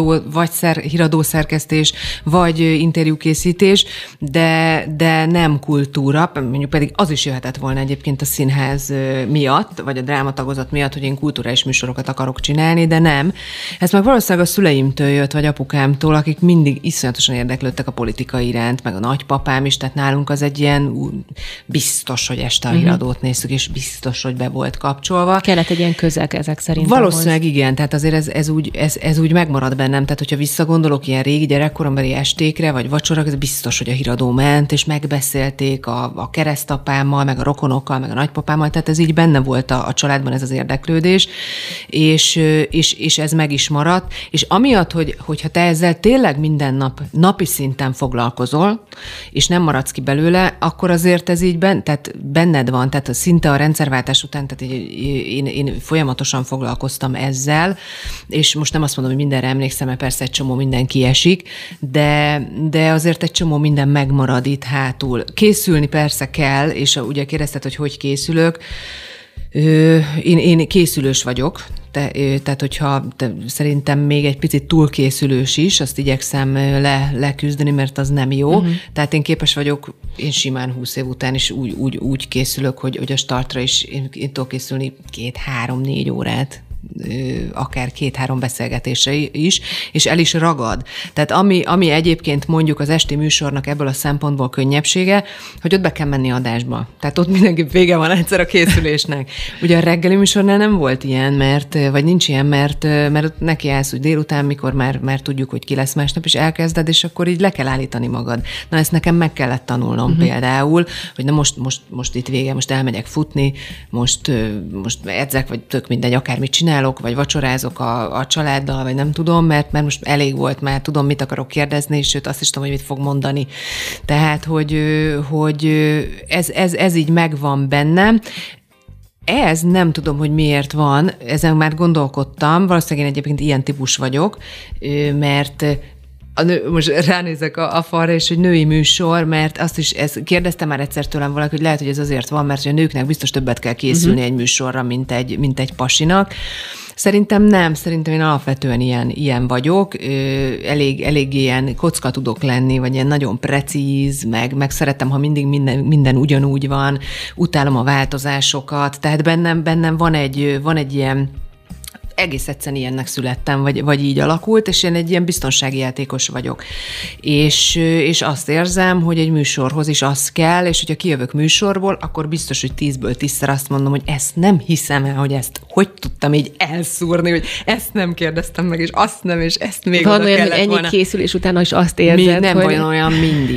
híradószerkesztés, vagy interjúkészítés, de nem kultúra, mondjuk pedig az is jöhetett volna egyébként a színház miatt, vagy a drámatagozat miatt, hogy én kulturális műsorokat akarok csinálni, de nem. Ez meg valószínűleg a szüleimtől jött, vagy apukámtól, akik mindig iszonyatosan érdeklődtek a politika iránt, meg a nagypapám is, tehát nálunk az egy ilyen biztos, hogy este a híradót néztük, és biztos, hogy be volt kapcsolva. Kellett egy ilyen közeg ezek szerint. Valószínűleg igen, tehát azért ez úgy megmarad bennem, tehát hogyha visszagondolok ilyen régi gyerekkoromban estékre, vagy vacsora, ez biztos, hogy a híradó ment, és megbeszélték a keresztapámmal, meg a rokonokkal, meg a nagypapámmal, tehát ez így benne volt a családban ez az érdeklődés, és ez meg is maradt, és amiatt, hogyha te ezzel tényleg minden nap, napi szinten foglalkozol, és nem maradsz ki belőle, akkor azért ez így tehát benned van, tehát szinte a rendszerváltás után, tehát én folyamatosan foglalkoztam ezzel, és most nem azt mondom, hogy mindenre emlékszem, mert persze egy csomó minden kiesik, de azért egy csomó minden megmarad itt hátul. Készülni persze kell, és ugye kérdezted, hogy készülök. Én készülős vagyok, tehát hogyha szerintem még egy picit túlkészülős is, azt igyekszem leküzdeni, mert az nem jó. Tehát én képes vagyok, én simán 20 év után is úgy készülök, hogy a startra is én tudok készülni 2-3-4 órát, akár 2-3 beszélgetésre is, és el is ragad. Tehát ami egyébként mondjuk az esti műsornak ebből a szempontból könnyebbsége, hogy ott be kell menni adásba. Tehát ott mindenképp vége van egyszer a készülésnek. Ugye a reggeli műsornál nem volt ilyen, vagy nincs ilyen, mert neki állsz úgy délután, mikor már tudjuk, hogy ki lesz másnap, és elkezded, és akkor így le kell állítani magad. Na ezt nekem meg kellett tanulnom például, hogy na most itt vége, most elmegyek futni, most edzek, vagy tök mindegy, akármit csinálok, vagy vacsorázok a családdal, vagy nem tudom, mert most elég volt, már tudom, mit akarok kérdezni, és sőt azt is tudom, hogy mit fog mondani. Tehát, hogy ez így megvan bennem. Ez nem tudom, hogy miért van, ezen már gondolkodtam, valószínűleg én egyébként ilyen típus vagyok, mert most ránézek a falra, és hogy női műsor, mert azt is, kérdezte már egyszer tőlem valaki, hogy lehet, hogy ez azért van, mert a nőknek biztos többet kell készülni egy műsorra, mint egy pasinak. Szerintem nem, szerintem én alapvetően ilyen vagyok, elég ilyen kocka tudok lenni, vagy ilyen nagyon precíz, meg szeretem, ha mindig minden ugyanúgy van, utálom a változásokat, tehát bennem van egy ilyen egész egyszerűen ilyennek születtem, vagy így alakult, és én egy ilyen biztonsági játékos vagyok. És azt érzem, hogy egy műsorhoz is az kell, és hogyha kijövök műsorból, akkor biztos, hogy 10-ből 10-szer azt mondom, hogy ezt nem hiszem el, hogy ezt hogy tudtam így elszúrni, hogy ezt nem kérdeztem meg, és azt nem, és ezt még van oda olyan, kellett hogy ennyi volna. Készülés után is azt érzed, Nem hogy... van olyan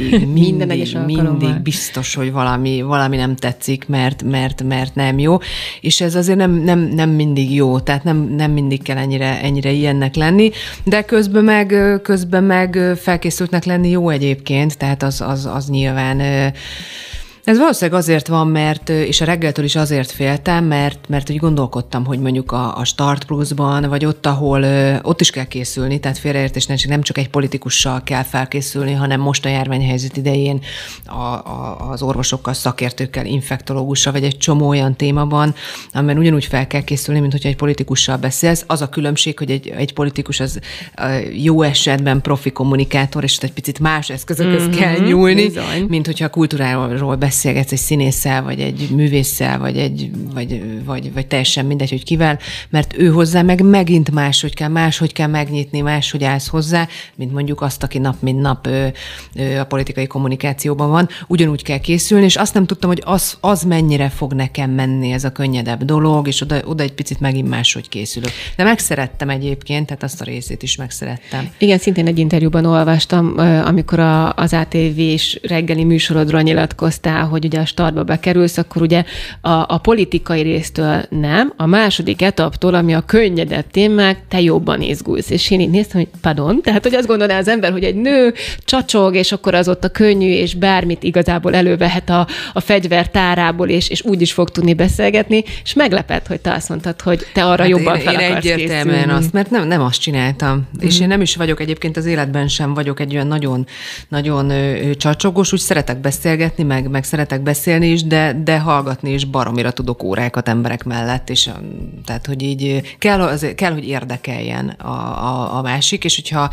mindig biztos, hogy valami nem tetszik, mert nem jó, és ez azért nem mindig jó, tehát nem mindig kell ennyire ilyennek lenni, de közben meg felkészültnek lenni jó egyébként, tehát az nyilván... Ez valószínűleg azért van, és a reggeltől is azért féltem, mert úgy gondolkodtam, hogy mondjuk a Start Plus-ban, vagy ott, ahol ott is kell készülni, tehát félreértés nem csak egy politikussal kell felkészülni, hanem most a járványhelyzet idején az orvosokkal, szakértőkkel, infektológussal, vagy egy csomó olyan témában, amiben ugyanúgy fel kell készülni, mint hogyha egy politikussal beszélsz. Az a különbség, hogy egy politikus az jó esetben profi kommunikátor, és egy picit más eszközökhöz kell nyúlni, bizony. Mint hogyha a kultúráról beszélgetsz egy színésszel, vagy egy művésszel, vagy teljesen mindegy, hogy kivel, mert ő hozzá meg megint máshogy kell megnyitni, máshogy állsz hozzá, mint mondjuk azt, aki nap mint nap a politikai kommunikációban van. Ugyanúgy kell készülni, és azt nem tudtam, hogy az mennyire fog nekem menni ez a könnyedebb dolog, és oda egy picit megint máshogy készülök. De megszerettem egyébként, tehát azt a részét is megszerettem. Igen, szintén egy interjúban olvastam, amikor az ATV-s reggeli műsorodról nyilatkoztál, hogy ugye a Startba bekerülsz, akkor ugye a politikai résztől nem, a második etaptól, ami a könnyedebb témák, te jobban izgulsz. És én így néztem, hogy pardon, tehát hogy azt gondolná az ember, hogy egy nő csacsog, és akkor az ott a könnyű, és bármit igazából elővehet a fegyver tárából, és úgy is fog tudni beszélgetni, és meglepett, hogy te azt mondtad, hogy te arra jobban fel akarsz készülni. Én egyértelműen azt, mert nem azt csináltam. És én nem is vagyok egyébként az életben sem vagyok egy olyan nagyon csacsogós, úgy szeretek beszélgetni, meg szeretek beszélni is, de hallgatni is baromira tudok órákat emberek mellett, és tehát, hogy így kell, hogy érdekeljen a másik, és hogyha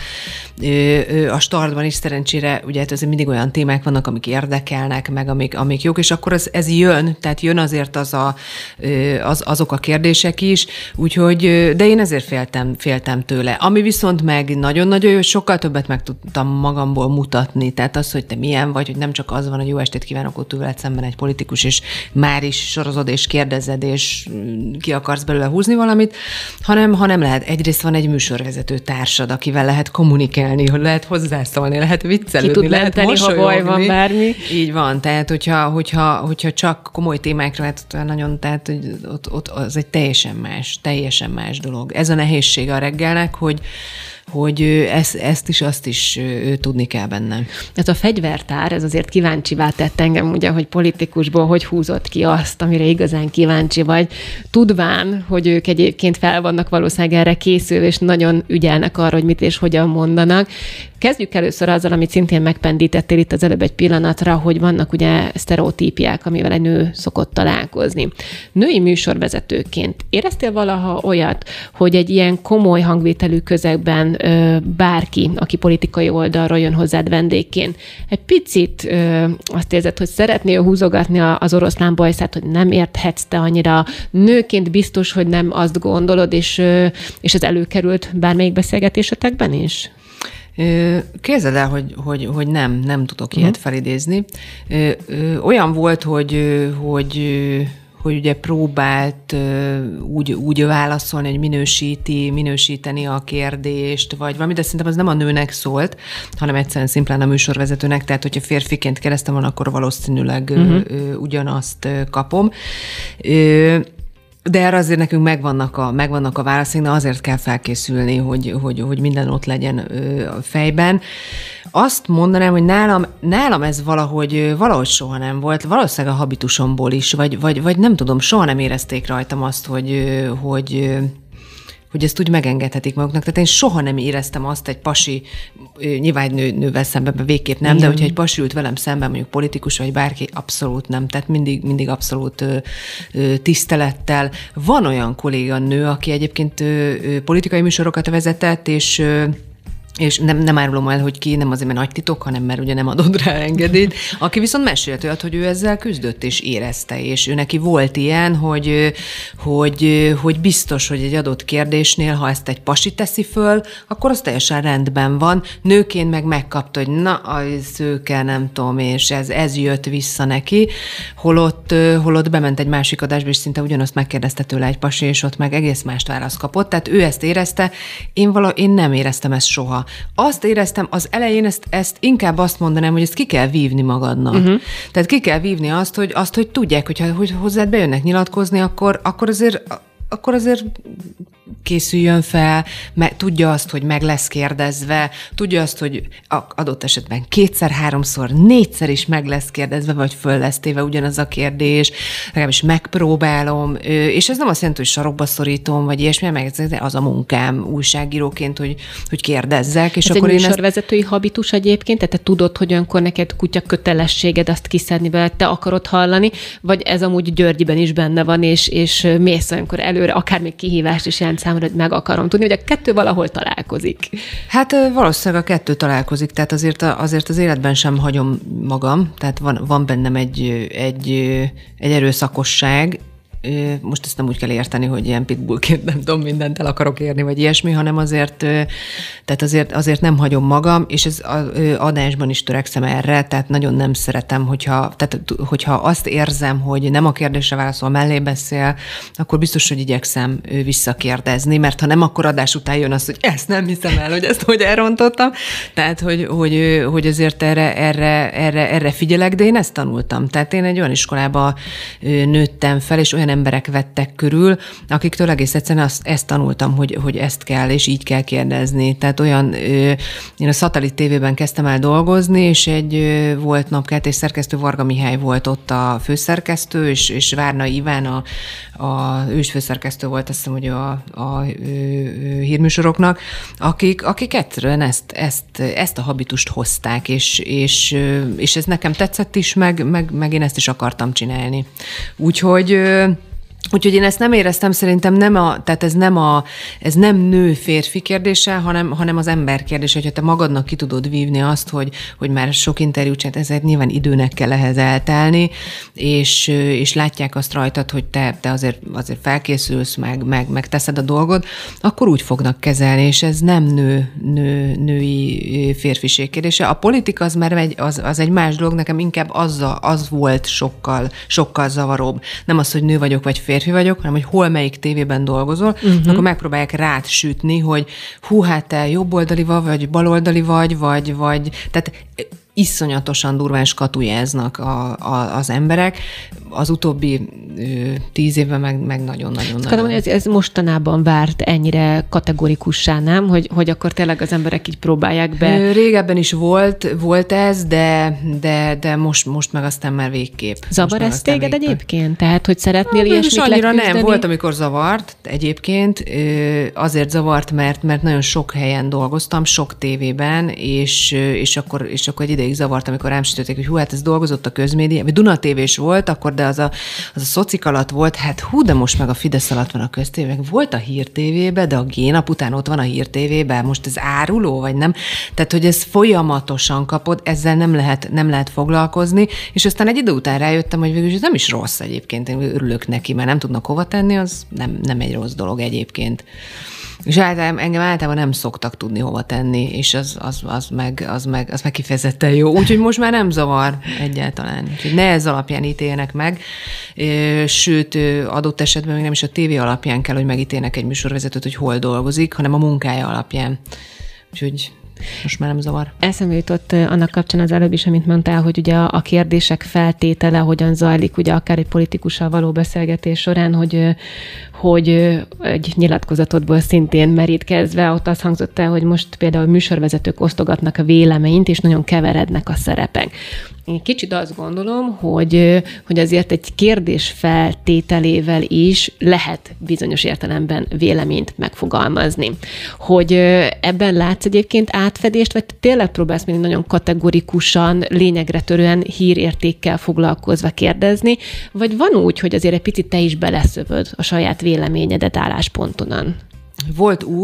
a Startban is szerencsére, ugye azért mindig olyan témák vannak, amik érdekelnek, meg amik jók, és akkor ez jön, tehát jön azért azok a kérdések is, úgyhogy, de én ezért féltem tőle. Ami viszont meg nagyon-nagyon jó, sokkal többet meg tudtam magamból mutatni, tehát az, hogy te milyen vagy, hogy nem csak az van, hogy jó estét kívánok, ott veled szemben egy politikus, és már is sorozod, és kérdezed, és ki akarsz belőle húzni valamit, hanem lehet, egyrészt van egy műsorvezető társad, akivel lehet kommunikálni, hogy lehet hozzászólni, lehet viccelődni, lehet mosolyogni. Ha baj van bármi. Így van, tehát hogyha csak komoly témákra, hát nagyon, tehát hogy ott az egy teljesen más dolog. Ez a nehézsége a reggelnek, hogy ezt is, azt is tudni kell benne. Ez a fegyvertár, ez azért kíváncsivá tett engem, ugye, hogy politikusból hogy húzott ki azt, amire igazán kíváncsi vagy. Tudván, hogy ők egyébként fel vannak valószínűleg erre készülve, és nagyon ügyelnek arra, hogy mit és hogyan mondanak. Kezdjük először azzal, amit szintén megpendítettél itt az előbb egy pillanatra, hogy vannak ugye sztereotípiák, amivel egy nő szokott találkozni. Női műsorvezetőként éreztél valaha olyat, hogy egy ilyen komoly hangvételű közegben bárki, aki politikai oldalról jön hozzád vendégként, egy picit azt érzed, hogy szeretné húzogatni az oroszlán bajszát, hogy nem érthetsz te annyira. Nőként biztos, hogy nem azt gondolod, és ez előkerült bármelyik beszélgetésetekben is? Képzeld el, hogy nem tudok ilyet felidézni. Olyan volt, hogy ugye próbált úgy válaszolni, hogy minősíteni a kérdést, vagy valami, de szerintem az nem a nőnek szólt, hanem egyszerűen szimplán a műsorvezetőnek, tehát hogyha férfiként kérdeztem volna, akkor valószínűleg ugyanazt kapom. De erre azért nekünk megvannak a válaszaink, de azért kell felkészülni, hogy minden ott legyen a fejben. Azt mondanám, hogy nálam ez valahogy soha nem volt, valószínűleg a habitusomból is, vagy nem tudom, soha nem érezték rajtam azt, hogy ezt úgy megengedhetik maguknak. Tehát én soha nem éreztem azt egy pasi, nyilván nővel szemben végképp nem, de hogyha egy pasi ült velem szemben, mondjuk politikus vagy bárki, abszolút nem. Tehát mindig abszolút tisztelettel. Van olyan kolléganő, aki egyébként politikai műsorokat vezetett, és és nem árulom el, hogy ki, nem azért, mert nagy titok, hanem mert ugye nem adod rá engedélyt, aki viszont mesélt olyat, hogy ő ezzel küzdött és érezte, és ő neki volt ilyen, hogy biztos, hogy egy adott kérdésnél, ha ezt egy pasi teszi föl, akkor az teljesen rendben van. Nőként meg megkapta, hogy na, a szőke, nem tudom, és ez jött vissza neki, holott bement egy másik adásba, és szinte ugyanazt megkérdezte tőle egy pasi, és ott meg egész mást választ kapott. Tehát ő ezt érezte, én nem éreztem ezt soha. Azt éreztem, az elején ezt inkább azt mondanám, hogy ezt ki kell vívni magadnak. Uh-huh. Tehát ki kell vívni azt, hogy tudják, hogy hozzád bejönnek nyilatkozni, akkor azért készüljön fel, tudja azt, hogy meg lesz kérdezve, tudja azt, hogy adott esetben 2-szer, 3-szor, 4-szer is meg lesz kérdezve, vagy föl lesz téve ugyanaz a kérdés, legalábbis megpróbálom, és ez nem azt jelenti, hogy sarokba szorítom, vagy ilyesmi, meg az a munkám újságíróként, hogy kérdezzek. És ez akkor egy műsorvezetői habitus egyébként? Tehát te tudod, hogy olyankor neked kutya kötelességed azt kiszedni be, te akarod hallani, vagy ez amúgy Györgyiben is benne van, és mész olyankor előre, akár még kihívást is jelent számomra, hogy meg akarom tudni, hogy a kettő valahol találkozik. Hát valószínűleg a kettő találkozik, tehát azért az életben sem hagyom magam, tehát van bennem egy erőszakosság. Most ezt nem úgy kell érteni, hogy ilyen pitbullként nem tudom, mindent el akarok érni, vagy ilyesmi, hanem azért nem hagyom magam, és ez adásban is törekszem erre, tehát nagyon nem szeretem, hogyha azt érzem, hogy nem a kérdésre válaszol, mellé beszél, akkor biztos, hogy igyekszem visszakérdezni, mert ha nem, akkor adás után jön az, hogy ezt nem hiszem el, hogy ezt hogy elrontottam. Tehát, hogy azért erre figyelek, de én ezt tanultam. Tehát én egy olyan iskolába nőttem fel, és olyan emberek vettek körül, akiktől egész egyszerűen ezt tanultam, hogy ezt kell, és így kell kérdezni. Tehát én a Szatellit TV-ben kezdtem el dolgozni, és volt napkeltés szerkesztő, Varga Mihály volt ott a főszerkesztő, és Várna Iván ő is főszerkesztő volt, azt hiszem, hogy a hírműsoroknak, akik egyszerűen ezt a habitust hozták, és ez nekem tetszett is, meg én ezt is akartam csinálni. Úgyhogy én ezt nem éreztem, szerintem tehát ez nem nő-férfi kérdése, hanem az ember kérdése, hogyha te magadnak ki tudod vívni azt, hogy már sok interjút csinált, ezért nyilván időnek kell ehhez eltelni, és látják azt rajtad, hogy te azért felkészülsz, meg teszed a dolgod, akkor úgy fognak kezelni, és ez nem női férfiség kérdése. A politika az egy más dolog, nekem inkább az volt sokkal zavaróbb. Nem az, hogy nő vagyok, vagy férfi vagyok, hanem hogy hol melyik tévében dolgozol, akkor megpróbálják rád sütni, hogy hát te jobboldali vagy baloldali vagy, tehát iszonyatosan durván skatujáznak az emberek. Az utóbbi 10 évben meg nagyon-nagyon. Ez mostanában várt ennyire kategorikussá, nem? Hogy akkor tényleg az emberek így próbálják be. Régebben is volt ez, de most meg aztán már végképp. Zavar ez téged egyébként? Tehát, hogy szeretnél ilyesmit leküzdeni? Annyira nem. Volt, amikor zavart egyébként. Azért zavart, mert nagyon sok helyen dolgoztam, sok tévében, és akkor egy ideig zavart, amikor rám sütötték, hogy hát ez dolgozott a közmédia, vagy Duna TV-s volt, akkor de az a szocik alatt volt, hát de most meg a Fidesz alatt van a köztévé, volt a Hír TV-be, de a G-nap után ott van a Hír TV-be, most ez áruló, vagy nem? Tehát, hogy ez folyamatosan kapod, ezzel nem lehet foglalkozni, és aztán egy idő után rájöttem, hogy végül ez nem is rossz egyébként, én örülök neki, mert nem tudnak hova tenni, az nem egy rossz dolog egyébként. És engem általában nem szoktak tudni hova tenni, és az meg kifejezetten jó. Úgyhogy most már nem zavar egyáltalán. Úgyhogy ne ez alapján ítéljenek meg. Sőt, adott esetben még nem is a tévé alapján kell, hogy megítéljenek egy műsorvezetőt, hogy hol dolgozik, hanem a munkája alapján. Úgyhogy most már nem zavar. Eszembe jutott annak kapcsán az előbb is, amit mondtál, hogy ugye a kérdések feltétele hogyan zajlik, ugye akár egy politikussal való beszélgetés során, hogy egy nyilatkozatodból szintén merítkezve ott az hangzott el, hogy most például műsorvezetők osztogatnak a véleményt, és nagyon keverednek a szerepek. Én kicsit azt gondolom, hogy azért egy kérdés feltételével is lehet bizonyos értelemben véleményt megfogalmazni. Hogy ebben látsz egyébként átfedést, vagy tényleg próbálsz mindig nagyon kategorikusan, lényegre törően hírértékkel foglalkozva kérdezni, vagy van úgy, hogy azért egy picit te is beleszövöd a saját véleményedet álláspontonan? Volt úgy,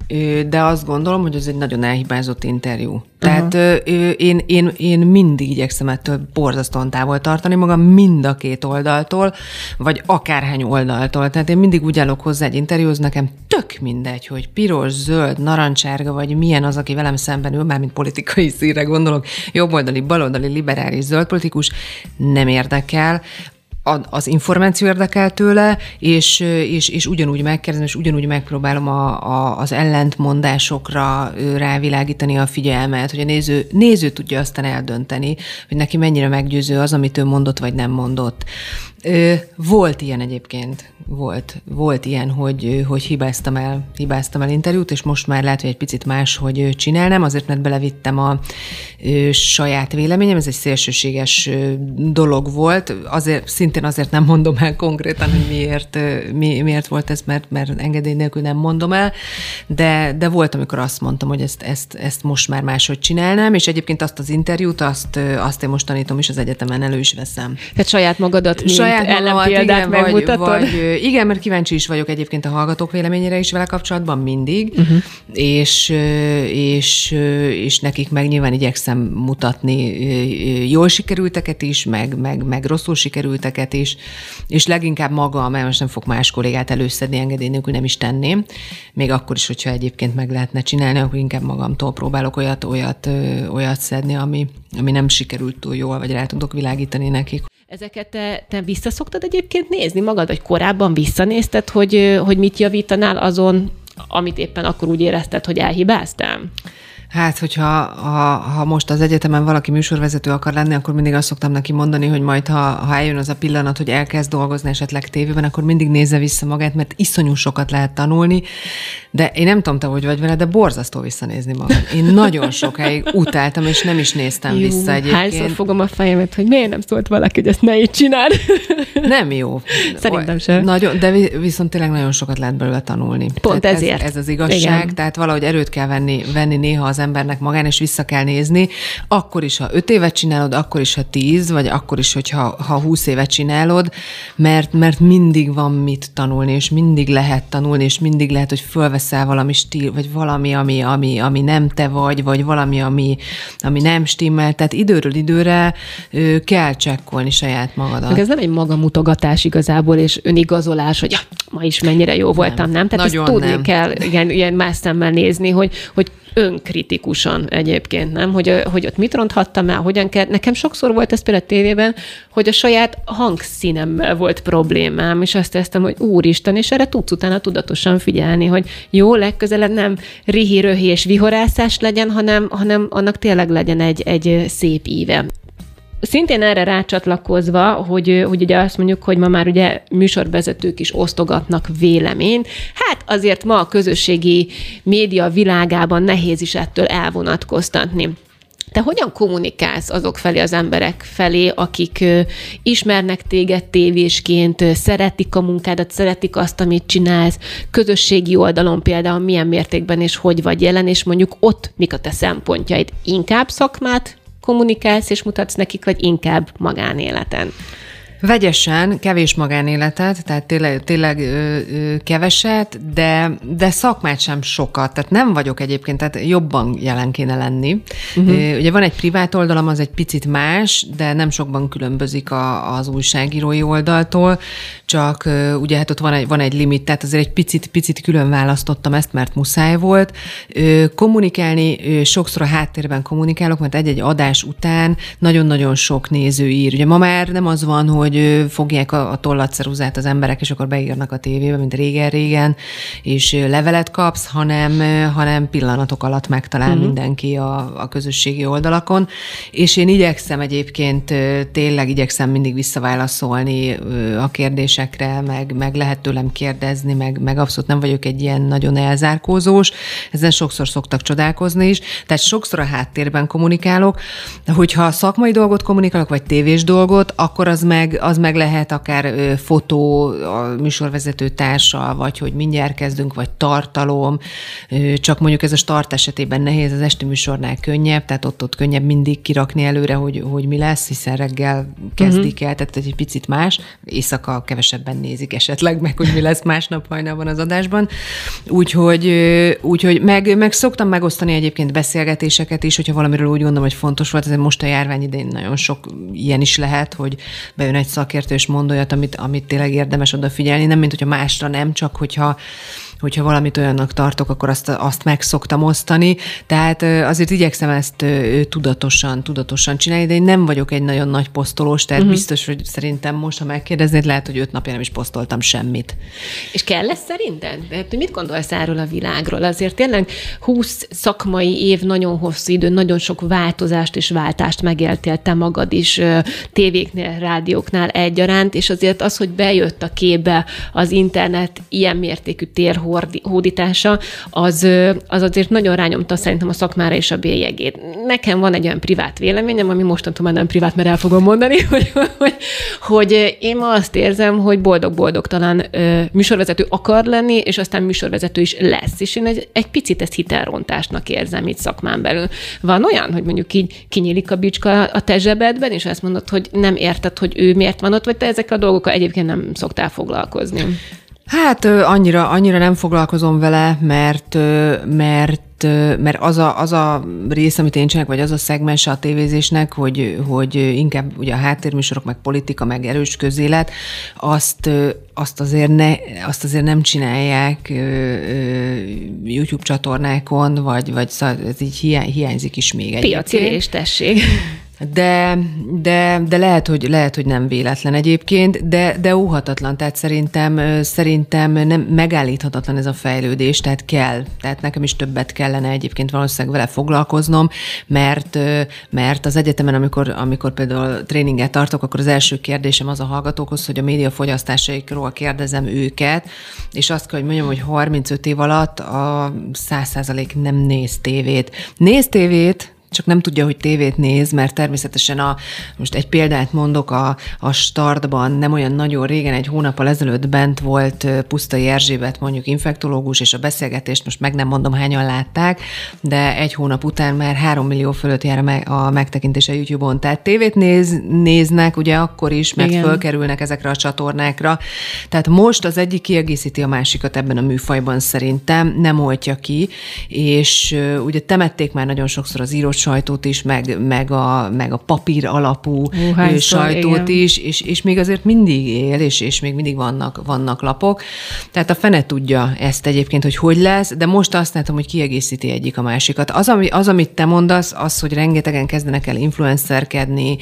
de azt gondolom, hogy ez egy nagyon elhibázott interjú. Tehát én mindig igyekszem ettől borzasztóan távol tartani magam mind a két oldaltól, vagy akárhány oldaltól. Tehát én mindig úgy állok hozzá egy interjúhoz, nekem tök mindegy, hogy piros, zöld, narancsárga, vagy milyen az, aki velem szemben ül, mármint politikai színre gondolok, jobboldali, baloldali, liberális, zöld politikus, nem érdekel. Az információ érdekel tőle, és ugyanúgy megkérdezem, és ugyanúgy megpróbálom az ellentmondásokra rávilágítani a figyelmet, hogy a néző tudja aztán eldönteni, hogy neki mennyire meggyőző az, amit ő mondott, vagy nem mondott. Volt ilyen egyébként. Volt ilyen, hogy hibáztam el interjút, és most már lehet, hogy egy picit máshogy csinálnám, azért, mert belevittem a saját véleményem, ez egy szélsőséges dolog volt, szintén azért nem mondom el konkrétan, hogy miért volt ez, mert engedély nélkül nem mondom el, de volt, amikor azt mondtam, hogy ezt most már máshogy csinálnám, és egyébként azt az interjút, azt én most tanítom is az egyetemen, elő is veszem. Tehát saját magadat, mint ellenpéldát megmutatod? Igen, mert kíváncsi is vagyok egyébként a hallgatók véleményére is vele kapcsolatban mindig, és nekik meg nyilván igyekszem mutatni jól sikerülteket is, meg rosszul sikerülteket is, és leginkább magam, mert most nem fog más kollégát előszedni, engedély nélkül nem is tenném, még akkor is, hogyha egyébként meg lehetne csinálni, akkor inkább magamtól próbálok olyat szedni, ami nem sikerült túl jól, vagy rá tudok világítani nekik. Ezeket te visszaszoktad egyébként nézni magad, vagy korábban visszanézted, hogy mit javítanál azon, amit éppen akkor úgy érezted, hogy elhibáztál? Hát, hogyha most az egyetemen valaki műsorvezető akar lenni, akkor mindig azt szoktam neki mondani, hogy majd, ha eljön az a pillanat, hogy elkezd dolgozni esetleg tévében, akkor mindig nézze vissza magát, mert iszonyú sokat lehet tanulni, de én nem tudom, te hogy vagy vele, de borzasztó visszanézni magad. Én nagyon sokáig utáltam, és nem is néztem vissza egyébként. Hányszor fogom a fejemet, hogy miért nem szólt valaki, hogy ezt ne így csináld? Nem jó. Szerintem sem. Nagyon, de viszont tényleg nagyon sokat lehet belőle tanulni. Pont tehát ezért. Ez az igazság, igen. Tehát valahogy erőt kell venni néha az embernek magán, és vissza kell nézni, akkor is, ha 5 évet csinálod, akkor is, ha 10, vagy akkor is, ha 20 évet csinálod, mert mindig van mit tanulni, és mindig lehet tanulni, és mindig lehet, hogy fölveszel valami stíl, vagy valami, ami nem te vagy valami, ami nem stimmel. Tehát időről időre kell csekkolni saját magadat. Meg ez nem egy magamutogatás igazából, és önigazolás, hogy ma is mennyire jó voltam, nem? Tehát ezt tudni kell ilyen más szemmel nézni, hogy önkritikusan egyébként, nem? Hogy ott mit ronthattam el, hogyan kell. Nekem sokszor volt ez például a tévében, hogy a saját hangszínemmel volt problémám, és azt éreztem, hogy úristen, és erre tudsz utána tudatosan figyelni, hogy jó, legközelebb nem rihi-röhi és vihorászás legyen, hanem annak tényleg legyen egy szép íve. Szintén erre rácsatlakozva, hogy ugye azt mondjuk, hogy ma már ugye műsorvezetők is osztogatnak véleményt, hát azért ma a közösségi média világában nehéz is ettől elvonatkoztatni. Te hogyan kommunikálsz azok felé, az emberek felé, akik ismernek téged tévésként, szeretik a munkádat, szeretik azt, amit csinálsz, közösségi oldalon például milyen mértékben és hogy vagy jelen, és mondjuk ott mik a te szempontjaid? Inkább szakmát kommunikálsz és mutatsz nekik, vagy inkább magánéleten? Vegyesen, kevés magánéletet, tehát tényleg keveset, de szakmát sem sokat. Tehát nem vagyok egyébként, tehát jobban jelen kéne lenni. Ugye van egy privát oldalam, az egy picit más, de nem sokban különbözik az újságírói oldaltól, csak ugye hát ott van egy limit, tehát azért egy picit külön választottam ezt, mert muszáj volt. Kommunikálni, sokszor a háttérben kommunikálok, mert egy-egy adás után nagyon-nagyon sok néző ír. Ugye ma már nem az van, hogy fogják a tollatceruzát az emberek, és akkor beírnak a tévébe, mint régen, és levelet kapsz, hanem pillanatok alatt megtalál mindenki a közösségi oldalakon. És én tényleg igyekszem mindig visszaválaszolni a kérdésekre, meg lehet tőlem kérdezni, meg abszolút nem vagyok egy ilyen nagyon elzárkózós. Ezen sokszor szoktak csodálkozni is. Tehát sokszor a háttérben kommunikálok, hogyha szakmai dolgot kommunikálok, vagy tévés dolgot, akkor az meg meg lehet akár fotó, a műsorvezető társal, vagy hogy mindjárt kezdünk, vagy tartalom, csak mondjuk ez a start esetében nehéz, az esti műsornál könnyebb, tehát ott könnyebb mindig kirakni előre, hogy mi lesz, hiszen reggel kezdik el, tehát egy picit más, éjszaka kevesebben nézik esetleg meg, hogy mi lesz másnap hajnalban az adásban. Úgyhogy meg szoktam megosztani egyébként beszélgetéseket is, hogyha valamiről úgy gondolom, hogy fontos volt, ez most a járvány idején nagyon sok ilyen is lehet, hogy bejön egy szakértő és mond olyat, amit tényleg érdemes odafigyelni, nem mint hogyha másra nem, csak hogyha valamit olyannak tartok, akkor azt meg szoktam osztani. Tehát azért igyekszem ezt tudatosan csinálni, de én nem vagyok egy nagyon nagy posztolós, tehát biztos, hogy szerintem most, ha megkérdeznéd, lehet, hogy 5 napja nem is posztoltam semmit. És kell ez szerinted? Mit gondolsz erről a világról? Azért tényleg 20 szakmai év, nagyon hosszú idő, nagyon sok változást és váltást megéltél te magad is tévéknél, rádióknál egyaránt, és azért az, hogy bejött a képbe az internet ilyen mértékű térhódítása, az azért nagyon rányomta szerintem a szakmára és a bélyegét. Nekem van egy olyan privát véleményem, ami mostantól már nem privát, mert el fogom mondani, hogy én ma azt érzem, hogy boldog-boldogtalan műsorvezető akar lenni, és aztán műsorvezető is lesz. És én egy picit ezt hitelrontásnak érzem itt szakmán belül. Van olyan, hogy mondjuk így kinyílik a bicska a te zsebedben, és azt mondod, hogy nem érted, hogy ő miért van ott, vagy te ezekkel a dolgokkal egyébként nem szoktál foglalkozni? Hát annyira nem foglalkozom vele, mert az a rész, amit én csinálok, vagy az a szegmens a tévézésnek, hogy inkább ugye a háttérműsorok, meg politika, meg erős közélet, azt azért nem csinálják YouTube csatornákon, vagy ez így hiányzik is még egyébként. Piacérés, tessék. De lehet, hogy nem véletlen egyébként, de óhatatlan, tehát szerintem nem megállíthatatlan ez a fejlődés, tehát kell. Tehát nekem is többet kellene egyébként valószínűleg vele foglalkoznom, mert az egyetemen, amikor például tréninget tartok, akkor az első kérdésem az a hallgatókhoz, hogy a média fogyasztásaikról kérdezem őket, és azt kell, hogy mondjam, hogy 35 év alatt a 100% nem néz tévét. Néz tévét, csak nem tudja, hogy tévét néz, mert természetesen most egy példát mondok, a Startban nem olyan nagyon régen, egy hónappal ezelőtt bent volt Pusztai Erzsébet, mondjuk infektológus, és a beszélgetést most meg nem mondom, hányan látták, de egy hónap után már 3 millió fölött jár a megtekintése YouTube-on. Tehát tévét néznek ugye akkor is, mert igen, fölkerülnek ezekre a csatornákra. Tehát most az egyik kiegészíti a másikat ebben a műfajban szerintem, nem oltja ki, és ugye temették már nagyon sokszor az írott sajtót is, meg a papír alapú sajtót is, és még azért mindig él, és még mindig vannak lapok. Tehát a fene tudja ezt egyébként, hogy lesz, de most azt látom, hogy kiegészíti egyik a másikat. Az, amit te mondasz, az, hogy rengetegen kezdenek el influencerkedni,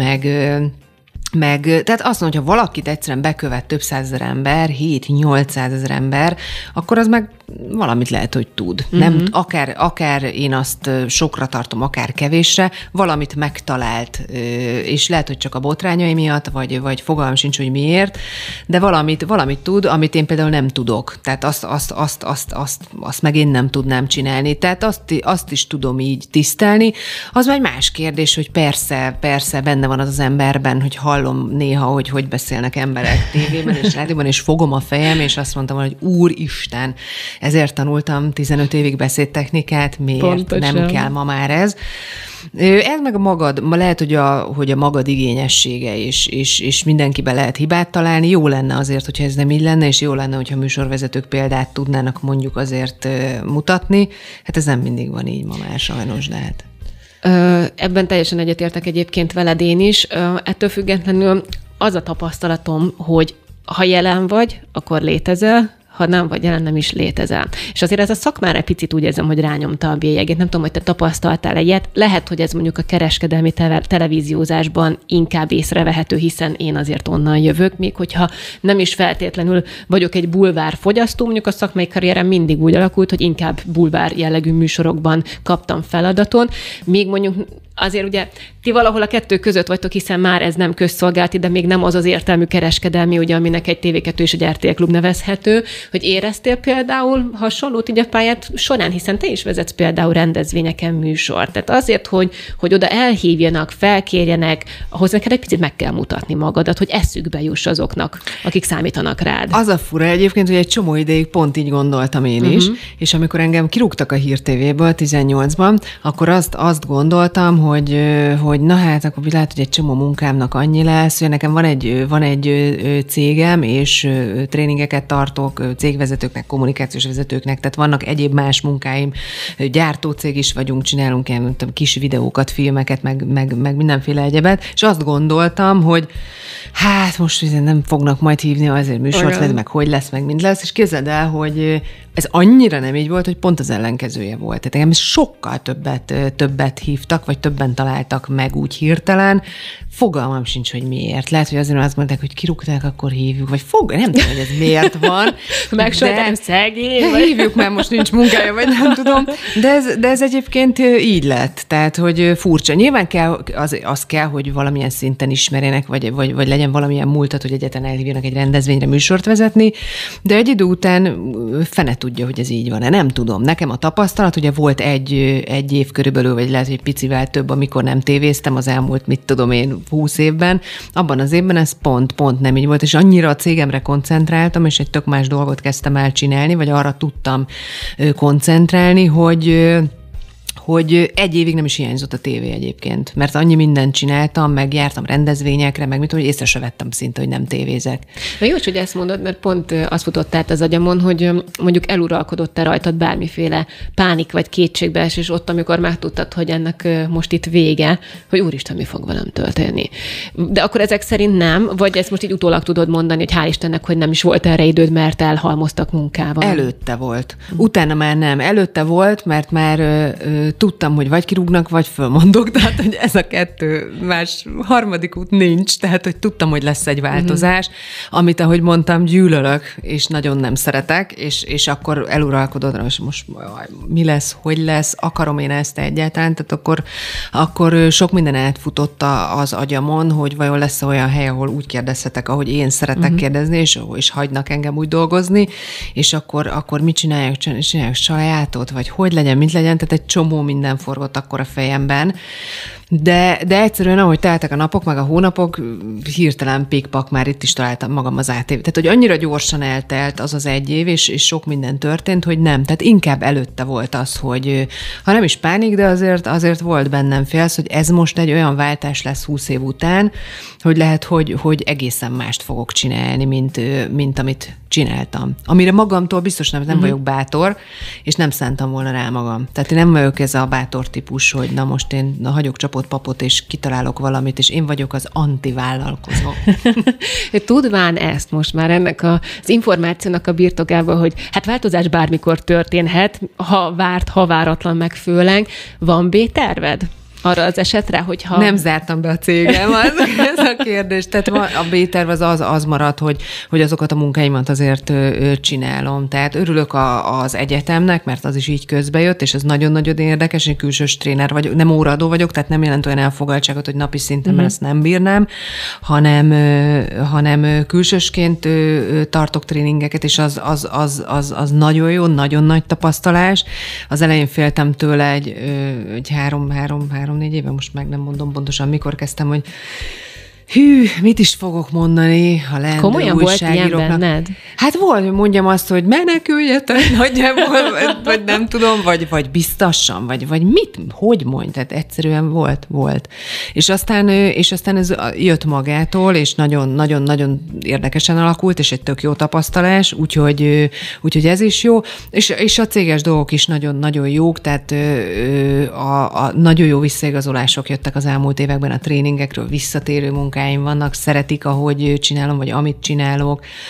tehát azt mondja, hogy ha valakit egyszerűen bekövet több százezer ember, 7-800 ezer ember, akkor az meg valamit lehet, hogy tud. Nem, akár én azt sokra tartom, akár kevésre, valamit megtalált, és lehet, hogy csak a botrányai miatt, vagy fogalmam sincs, hogy miért, de valamit tud, amit én például nem tudok. Tehát azt meg én nem tudnám csinálni. Tehát azt is tudom így tisztelni. Az már egy más kérdés, hogy persze benne van az emberben, hogy hallom néha, hogy beszélnek emberek tévében és rádióban, és fogom a fejem, és azt mondtam, hogy Úristen, ezért tanultam 15 évig beszédtechnikát, miért pontosan nem kell ma már ez. Ez meg lehet, hogy a magad igényessége, és mindenkiben lehet hibát találni. Jó lenne azért, hogyha ez nem így lenne, és jó lenne, hogyha műsorvezetők példát tudnának mondjuk azért mutatni. Hát ez nem mindig van így ma már sajnos, lehet. Ebben teljesen egyetértek egyébként veled én is. Ettől függetlenül az a tapasztalatom, hogy ha jelen vagy, akkor létezel, ha nem vagy jelen, nem is létezel. És azért ez a szakmára egy picit úgy érzem, hogy rányomta a bélyegét. Nem tudom, hogy te tapasztaltál egyet. Lehet, hogy ez mondjuk a kereskedelmi televíziózásban inkább észrevehető, hiszen én azért onnan jövök, még hogyha nem is feltétlenül vagyok egy bulvár fogyasztó, mondjuk a szakmai karrierem mindig úgy alakult, hogy inkább bulvár jellegű műsorokban kaptam feladaton, még mondjuk azért ugye ti valahol a kettő között vagytok, hiszen már ez nem közszolgálati, de még nem az az értelmű kereskedelmi, ugye, aminek egy TV2 és egy RTL Klub nevezhető, hogy éreztél például hasonlót így a pályát során, hiszen te is vezetsz például rendezvényeken műsort. Tehát azért, hogy oda elhívjanak, felkérjenek, ahhoz neked egy picit meg kell mutatni magadat, hogy eszükbe juss azoknak, akik számítanak rád. Az a fura egyébként, hogy egy csomó ideig pont így gondoltam én is, és amikor engem kirúgtak a Hír TV-ből 18-ban, akkor azt gondoltam, hogy na hát, akkor lehet, hogy egy csomó munkámnak annyi lesz, hogy nekem van egy cégem, és tréningeket tartok cégvezetőknek, kommunikációs vezetőknek, tehát vannak egyéb más munkáim, gyártócég is vagyunk, csinálunk ilyen kis videókat, filmeket, meg mindenféle egyebet, és azt gondoltam, hogy hát most nem fognak majd hívni azért műsort, meg hogy lesz, meg mind lesz, és képzeld el, hogy ez annyira nem így volt, hogy pont az ellenkezője volt. Tehát engem sokkal többet hívtak, vagy többen találtak meg úgy hirtelen. Fogalmam sincs, hogy miért. Lehet, hogy azért azt mondták, hogy kirúgták, akkor hívjuk, vagy nem tudom, hogy ez miért van. Megsoltam szegény. Hívjuk, mert most nincs munkája, vagy nem tudom. De ez egyébként így lett. Tehát, hogy furcsa. Nyilván az kell, hogy valamilyen szinten ismerjenek, vagy legyen valamilyen múltat, hogy egyáltalán elhívjanak egy rendezvényre műsort vezetni, de egy idő után fene tudja, hogy ez így van-e. Nem tudom. Nekem a tapasztalat, ugye volt egy év körülbelül, vagy lehet, hogy picivel több, amikor nem tévéztem az elmúlt, 20 évben. Abban az évben ez pont nem így volt, és annyira a cégemre koncentráltam, és egy tök más dolgot kezdtem el csinálni, vagy arra tudtam koncentrálni, hogy egy évig nem is hiányzott a tévé egyébként, mert annyi mindent csináltam, meg jártam rendezvényekre, meg mit tudom, hogy észre se vettem szinte, hogy nem tévézek. Na jó, hogy ezt mondod, mert pont azt futott át az agyamon, hogy mondjuk eluralkodott-e rajtad bármiféle pánik vagy kétségbeesés ott, amikor megtudtad, hogy ennek most itt vége, hogy úristen, mi fog velem történni. De akkor ezek szerint nem, vagy ezt most így utólag tudod mondani, hogy hál' Istennek, hogy nem is volt erre időd, mert elhalmoztak munkával. Előtte volt. Utána már nem. Előtte volt, mert már tudtam, hogy vagy kirúgnak, vagy fölmondok, tehát, hogy ez a kettő más harmadik út nincs, tehát, hogy tudtam, hogy lesz egy változás, amit, ahogy mondtam, gyűlölök, és nagyon nem szeretek, és akkor eluralkodod, és most mi lesz, hogy lesz, akarom én ezt egyáltalán, tehát akkor sok minden átfutott az agyamon, hogy vajon lesz olyan hely, ahol úgy kérdezhetek, ahogy én szeretek kérdezni, és hagynak engem úgy dolgozni, és akkor mit csináljak sajátot, vagy hogy legyen, mit legyen, tehát egy csomó minden forgott akkor a fejemben. De egyszerűen, ahogy teltek a napok, meg a hónapok, hirtelen pikpak, már itt is találtam magam az ATV. Tehát, hogy annyira gyorsan eltelt az egy év, és sok minden történt, hogy nem. Tehát inkább előtte volt az, hogy ha nem is pánik, de azért volt bennem félsz, hogy ez most egy olyan váltás lesz 20 év után, hogy lehet, hogy egészen mást fogok csinálni, mint amit csináltam. Amire magamtól biztos nem vagyok bátor, és nem szántam volna rá magam. Tehát én nem vagyok ez a bátor típus, hogy na most én hagyok csapot papot, és kitalálok valamit, és én vagyok az antivállalkozó. Tudván ezt most már ennek az információnak a birtokában, hogy hát változás bármikor történhet, ha várt, ha váratlan meg főleg, van B-terved? Arra az esetre, hogyha... Nem zártam be a cégem, ez a kérdés. Tehát a B-terv az marad, hogy azokat a munkáimat azért csinálom. Tehát örülök az egyetemnek, mert az is így közbejött, és ez nagyon-nagyon érdekes, én külsős tréner vagyok, nem óraadó vagyok, tehát nem jelent olyan elfoglaltságot, hogy napi szinten, mert ezt nem bírnám, hanem külsősként tartok tréningeket, és az nagyon jó, nagyon nagy tapasztalás. Az elején féltem tőle egy 3-4 éve, most meg nem mondom pontosan, mikor kezdtem, hogy mit is fogok mondani a leendő komolyan újságíróknak. Komolyan volt ilyen benned? Hát volt, hogy mondjam azt, hogy meneküljetek nagyjából, vagy nem tudom, vagy biztosan, vagy mit, hogy mondj, tehát egyszerűen volt. És aztán ez jött magától, és nagyon-nagyon érdekesen alakult, és egy tök jó tapasztalás, úgyhogy ez is jó, és a céges dolgok is nagyon-nagyon jók, tehát a nagyon jó visszaigazolások jöttek az elmúlt években a tréningekről, visszatérő munkáim vannak, szeretik, ahogy csinálom, vagy amit csinálok.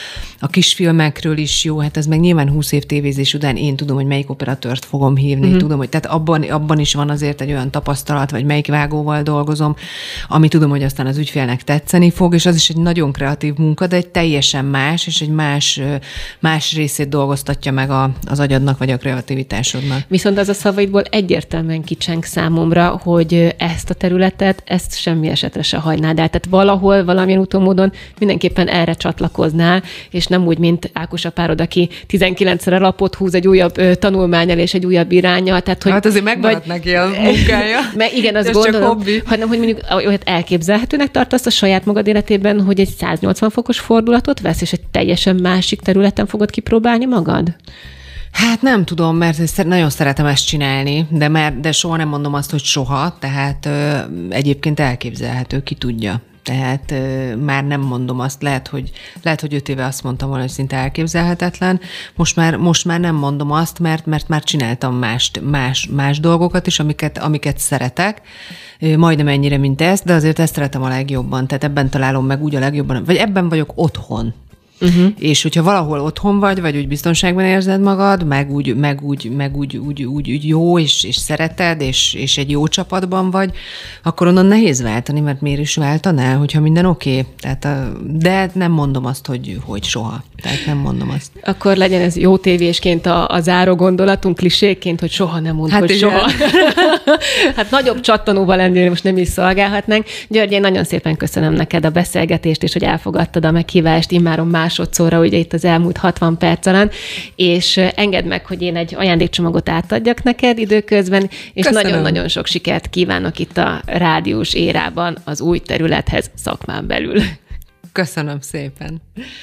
a kisfilmekről is jó, hát ez meg nyilván 20 év tévézés után én tudom, hogy melyik operatőrt fogom hívni, tudom, hogy tehát abban is van azért egy olyan tapasztalat, vagy melyik vágóval dolgozom, ami tudom, hogy aztán az ügyfélnek tetszeni fog, és az is egy nagyon kreatív munka, de egy teljesen más, és egy más részét dolgoztatja meg az agyadnak, vagy a kreativitásodnak. Viszont az a szavaidból egyértelműen kicseng számomra, hogy ezt a területet, ezt semmi esetre se hagynád el. Tehát valahol, valamilyen úton, módon mindenképpen erre csatlakoznál, és nem úgy, mint Ákos a párod, aki 19-szer lapot húz egy újabb tanulmánnyal és egy újabb iránnyal. Tehát, hogy hát azért megmaradt neki a munkája. Igen, azt gondolom, hanem, hogy mondjuk olyat elképzelhetőnek tartasz a saját magad életében, hogy egy 180 fokos fordulatot vesz, és egy teljesen másik területen fogod kipróbálni magad? Hát nem tudom, mert nagyon szeretem ezt csinálni, de soha nem mondom azt, hogy soha, tehát egyébként elképzelhető, ki tudja. Tehát már nem mondom azt, lehet, hogy 5 éve azt mondtam volna, hogy szinte elképzelhetetlen. Most már nem mondom azt, mert már csináltam más dolgokat is, amiket szeretek, majdnem ennyire, mint ezt, de azért ezt szeretem a legjobban. Tehát ebben találom meg úgy a legjobban, vagy ebben vagyok otthon. És hogyha valahol otthon vagy úgy biztonságban érzed magad, meg úgy jó, és szereted, és egy jó csapatban vagy, akkor onnan nehéz váltani, mert miért is váltanál, hogyha minden oké. De nem mondom azt, hogy soha. Tehát nem mondom azt. Akkor legyen ez jó tévésként a záró gondolatunk, kliséként, hogy soha nem mondd, hogy igen. Soha. Hát nagyobb csattanóval lennél, most nem is szolgálhatnánk. György, én nagyon szépen köszönöm neked a beszélgetést, és hogy elfogadtad a meghívást immáron másodszorra, ugye itt az elmúlt 60 perc alatt, és engedd meg, hogy én egy ajándékcsomagot átadjak neked időközben, és nagyon-nagyon sok sikert kívánok itt a rádiós érában az új területhez szakmán belül. Köszönöm szépen.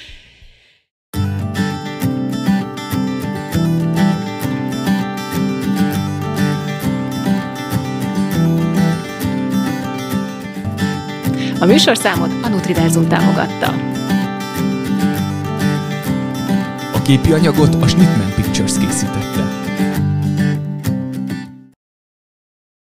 A műsorszámot a Nutriverzum támogatta. A képi anyagot a Schnittman Pictures készítette.